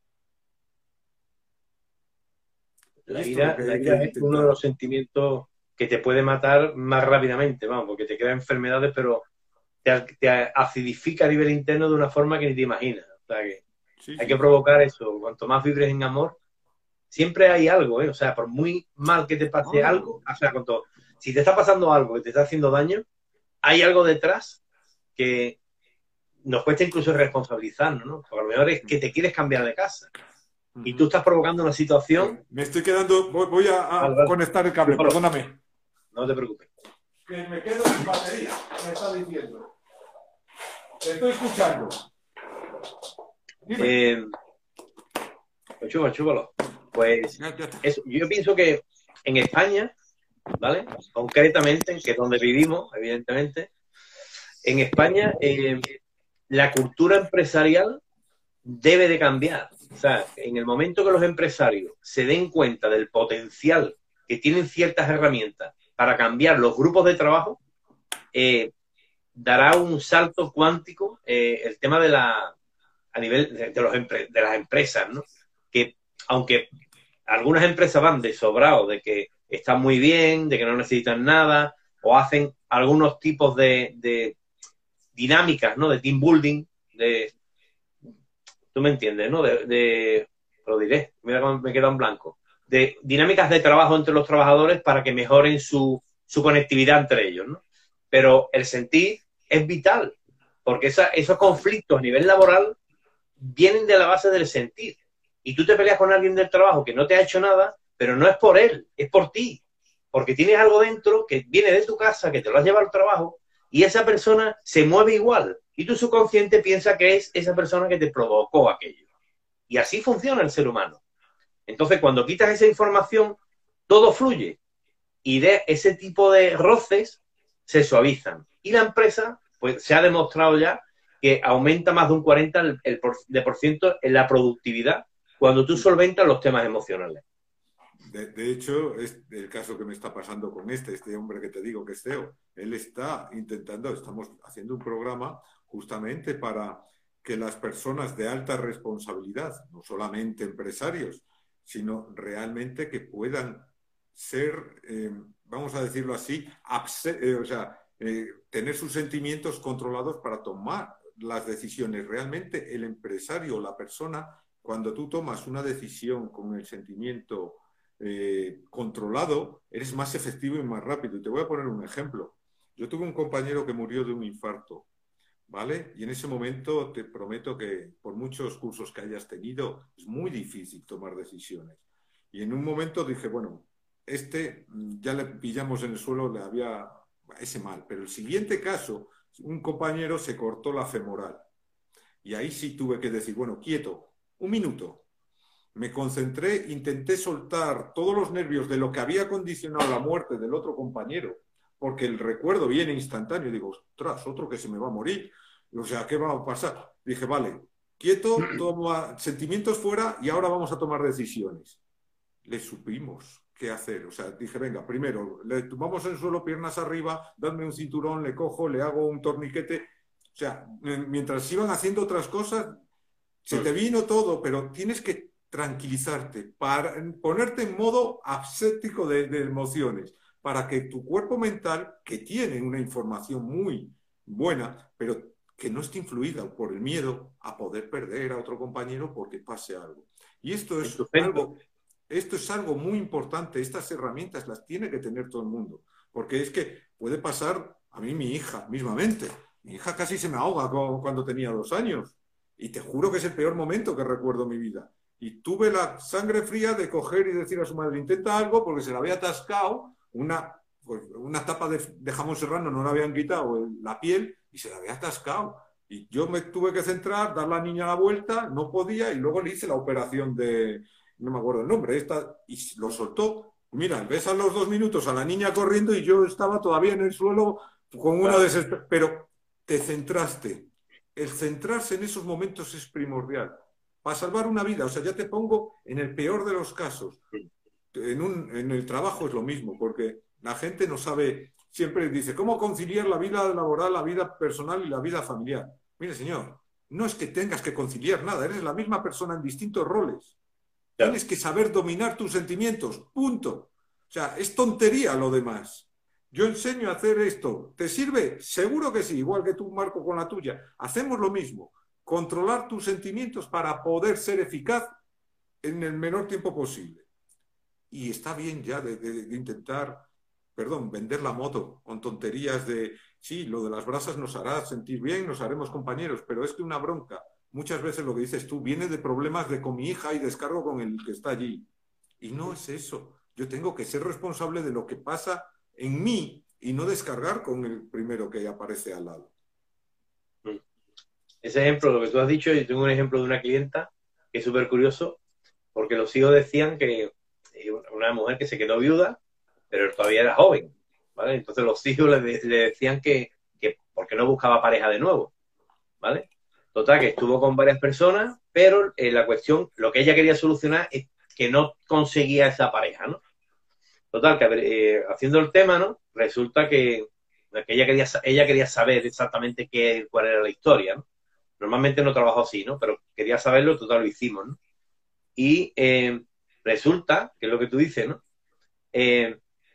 La ira, la ira es uno de los sentimientos que te puede matar más rápidamente, vamos, porque te crea enfermedades, pero te, te acidifica a nivel interno de una forma que ni te imaginas. O sea que sí, hay sí. que provocar eso. Cuanto más vibres en amor, siempre hay algo, ¿eh? O sea, por muy mal que te pase oh. algo, o sea, cuando, si te está pasando algo que te está haciendo daño, hay algo detrás que nos cuesta incluso responsabilizarnos, ¿no? Porque a lo mejor es que te quieres cambiar de casa y tú estás provocando una situación... Me estoy quedando... Voy, voy a, a vale, vale. conectar el cable, bueno, perdóname. No te preocupes. Que me quedo sin batería, me está diciendo. Te estoy escuchando. Eh, pues chúpalo, chúpalo. Pues eso, yo pienso que en España, ¿vale? Concretamente, que es donde vivimos, evidentemente, en España eh, la cultura empresarial debe de cambiar. O sea, en el momento que los empresarios se den cuenta del potencial que tienen ciertas herramientas para cambiar los grupos de trabajo, eh, dará un salto cuántico eh, el tema de la a nivel de, de, los de las empresas, ¿no? Que aunque algunas empresas van de sobrado, de que están muy bien, de que no necesitan nada, o hacen algunos tipos de, de dinámicas, ¿no? De team building, de... Tú me entiendes, ¿no? De... de lo diré, mira cómo me queda en blanco. De dinámicas de trabajo entre los trabajadores para que mejoren su, su conectividad entre ellos, ¿no? Pero el sentir es vital, porque esa, esos conflictos a nivel laboral vienen de la base del sentir. Y tú te peleas con alguien del trabajo que no te ha hecho nada, pero no es por él, es por ti. Porque tienes algo dentro que viene de tu casa, que te lo has llevado al trabajo, y esa persona se mueve igual. Y tu subconsciente piensa que es esa persona que te provocó aquello. Y así funciona el ser humano. Entonces, cuando quitas esa información, todo fluye. Y de ese tipo de roces se suavizan. Y la empresa, pues se ha demostrado ya que aumenta más de un cuarenta por ciento el, el por, de por ciento en la productividad cuando tú solventas los temas emocionales. De, de hecho, es el caso que me está pasando con este, este hombre que te digo que es C E O. Él está intentando, estamos haciendo un programa justamente para que las personas de alta responsabilidad, no solamente empresarios, sino realmente que puedan ser, eh, vamos a decirlo así, eh, o sea, eh, tener sus sentimientos controlados para tomar las decisiones. Realmente el empresario o la persona, cuando tú tomas una decisión con el sentimiento eh, controlado, eres más efectivo y más rápido. Y te voy a poner un ejemplo. Yo tuve un compañero que murió de un infarto, ¿vale? Y en ese momento te prometo que por muchos cursos que hayas tenido, es muy difícil tomar decisiones. Y en un momento dije, bueno, este ya le pillamos en el suelo, le había ese mal. Pero el siguiente caso, un compañero se cortó la femoral. Y ahí sí tuve que decir, bueno, quieto, un minuto. Me concentré, intenté soltar todos los nervios de lo que había condicionado la muerte del otro compañero, porque el recuerdo viene instantáneo. Digo, ostras, otro que se me va a morir. O sea, ¿qué va a pasar? Dije, vale, quieto, toma sentimientos fuera y ahora vamos a tomar decisiones. Le supimos qué hacer. O sea, dije, venga, primero, le tumbamos en el suelo, piernas arriba, dadme un cinturón, le cojo, le hago un torniquete. O sea, mientras iban haciendo otras cosas, se te vino todo, pero tienes que tranquilizarte, para ponerte en modo aséptico de, de emociones, para que tu cuerpo mental, que tiene una información muy buena, pero que no esté influida por el miedo a poder perder a otro compañero porque pase algo. Y esto es algo, esto es algo muy importante. Estas herramientas las tiene que tener todo el mundo. Porque es que puede pasar, a mí mi hija mismamente, mi hija casi se me ahoga cuando tenía dos años. Y te juro que es el peor momento que recuerdo en mi vida. Y tuve la sangre fría de coger y decir a su madre, intenta algo, porque se le había atascado una, pues, una tapa de, de jamón serrano, no le habían quitado la piel y se la había atascado. Y yo me tuve que centrar, dar a la niña la vuelta, no podía, y luego le hice la operación de, no me acuerdo el nombre, esta, y lo soltó. Mira, ves a los dos minutos a la niña corriendo y yo estaba todavía en el suelo con una desesperación. Pero te centraste. El centrarse en esos momentos es primordial. Para salvar una vida, o sea, ya te pongo en el peor de los casos. En, un, en el trabajo es lo mismo, porque la gente no sabe, siempre dice, ¿cómo conciliar la vida laboral, la vida personal y la vida familiar? Mire, señor, no es que tengas que conciliar nada, eres la misma persona en distintos roles. Ya. Tienes que saber dominar tus sentimientos, punto. O sea, es tontería lo demás. Yo enseño a hacer esto. ¿Te sirve? Seguro que sí, igual que tú, Marco, con la tuya. Hacemos lo mismo. Controlar tus sentimientos para poder ser eficaz en el menor tiempo posible. Y está bien ya de, de, de intentar, perdón, vender la moto con tonterías de, sí, lo de las brasas nos hará sentir bien, nos haremos compañeros, pero es que una bronca, muchas veces lo que dices tú, viene de problemas de con mi hija y descargo con el que está allí. Y no es eso. Yo tengo que ser responsable de lo que pasa en mí y no descargar con el primero que aparece al lado. Ese ejemplo, lo que tú has dicho, yo tengo un ejemplo de una clienta que es súper curioso, porque los hijos decían que una mujer que se quedó viuda, pero todavía era joven, ¿vale? Entonces los hijos le, le decían que, que por qué no buscaba pareja de nuevo, ¿vale? Total, que estuvo con varias personas, pero eh, la cuestión, lo que ella quería solucionar es que no conseguía esa pareja, ¿no? Total, que eh, haciendo el tema, ¿no? Resulta que, que ella, quería, ella quería saber exactamente qué, cuál era la historia, ¿no? Normalmente no trabajo así, ¿no? Pero quería saberlo, total, lo hicimos, ¿no? Y eh, resulta, que es lo que tú dices, ¿no? Eh,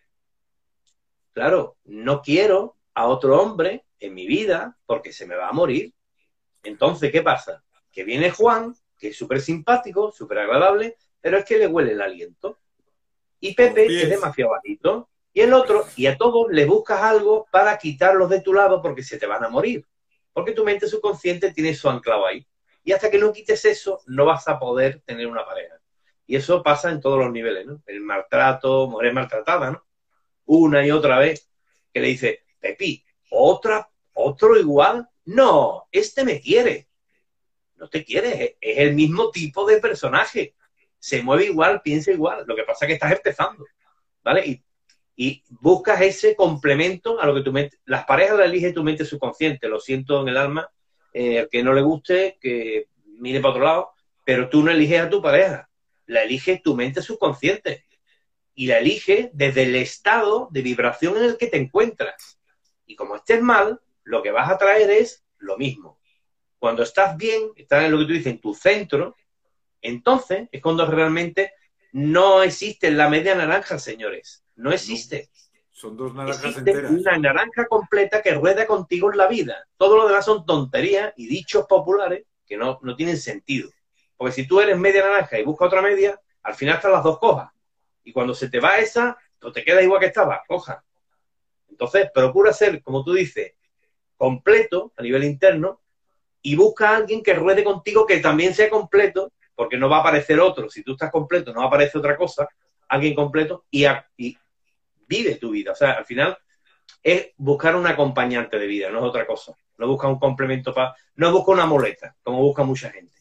claro, no quiero a otro hombre en mi vida porque se me va a morir. Entonces, ¿qué pasa? Que viene Juan, que es súper simpático, súper agradable, pero es que le huele el aliento. Y Pepe, que es demasiado bajito, y el otro, y a todos les buscas algo para quitarlos de tu lado porque se te van a morir. Porque tu mente subconsciente tiene eso anclado ahí. Y hasta que no quites eso, no vas a poder tener una pareja. Y eso pasa en todos los niveles, ¿no? El maltrato, mujer maltratada, ¿no? Una y otra vez, que le dice, Pepi, ¿otra, otro igual? No, este me quiere. No te quiere, es el mismo tipo de personaje. Se mueve igual, piensa igual. Lo que pasa es que estás empezando, ¿vale? Y, y buscas ese complemento a lo que tu mente... Las parejas las elige tu mente subconsciente, lo siento en el alma, eh, que no le guste, que mire para otro lado, pero tú no eliges a tu pareja, la elige tu mente subconsciente. Y la elige desde el estado de vibración en el que te encuentras. Y como estés mal, lo que vas a traer es lo mismo. Cuando estás bien, estás en lo que tú dices, en tu centro, entonces es cuando realmente no existe la media naranja, señores. No existe. No, son dos naranjas existe enteras. Una naranja completa que rueda contigo en la vida. Todo lo demás son tonterías y dichos populares que no, no tienen sentido. Porque si tú eres media naranja y buscas otra media, al final están las dos cojas. Y cuando se te va esa, pues te quedas igual que estabas, coja. Entonces, procura ser, como tú dices, completo a nivel interno y busca a alguien que ruede contigo que también sea completo, porque no va a aparecer otro. Si tú estás completo, no aparece otra cosa, alguien completo, y, a, y vive tu vida. O sea, al final es buscar un acompañante de vida, no es otra cosa. No busca un complemento para... No busca una muleta, como busca mucha gente.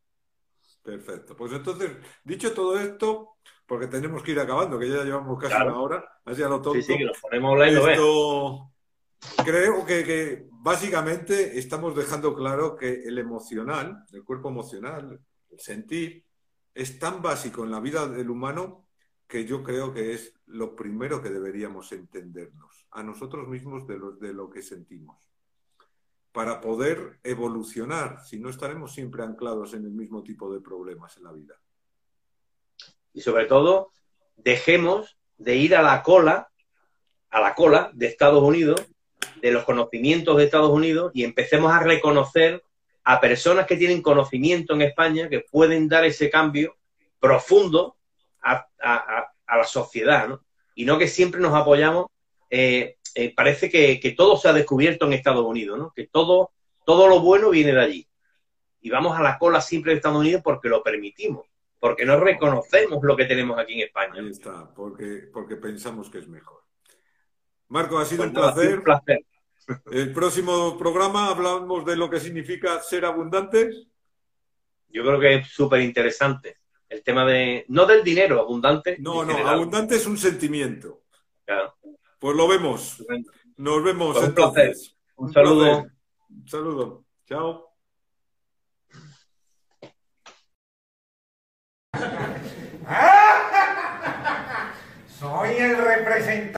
Perfecto. Pues entonces, dicho todo esto, porque tenemos que ir acabando, que ya llevamos casi Claro. una hora, así a lo tonto. Sí, sí, que nos ponemos online, lo esto... Creo que, que básicamente estamos dejando claro que el emocional, el cuerpo emocional, el sentir, es tan básico en la vida del humano que yo creo que es lo primero que deberíamos entendernos a nosotros mismos de lo, de lo que sentimos. Para poder evolucionar, si no estaremos siempre anclados en el mismo tipo de problemas en la vida. Y sobre todo, dejemos de ir a la cola, a la cola de Estados Unidos de los conocimientos de Estados Unidos y empecemos a reconocer a personas que tienen conocimiento en España que pueden dar ese cambio profundo a, a, a la sociedad, ¿no? Y no que siempre nos apoyamos, eh, eh, parece que, que todo se ha descubierto en Estados Unidos, ¿no? Que todo, todo lo bueno viene de allí. Y vamos a la cola siempre de Estados Unidos porque lo permitimos, porque no reconocemos lo que tenemos aquí en España. Ahí está, porque, porque pensamos que es mejor. Marco, ha sido Pues un nada, ha sido placer. un placer. El próximo programa hablamos de lo que significa ser abundantes. Yo creo que es súper interesante el tema de, no del dinero, abundante. No, en no, general. abundante es un sentimiento. Claro. Pues lo vemos. Nos vemos Pues un entonces. placer. Un, un saludo. Placer. Un saludo. Chao. Soy el representante.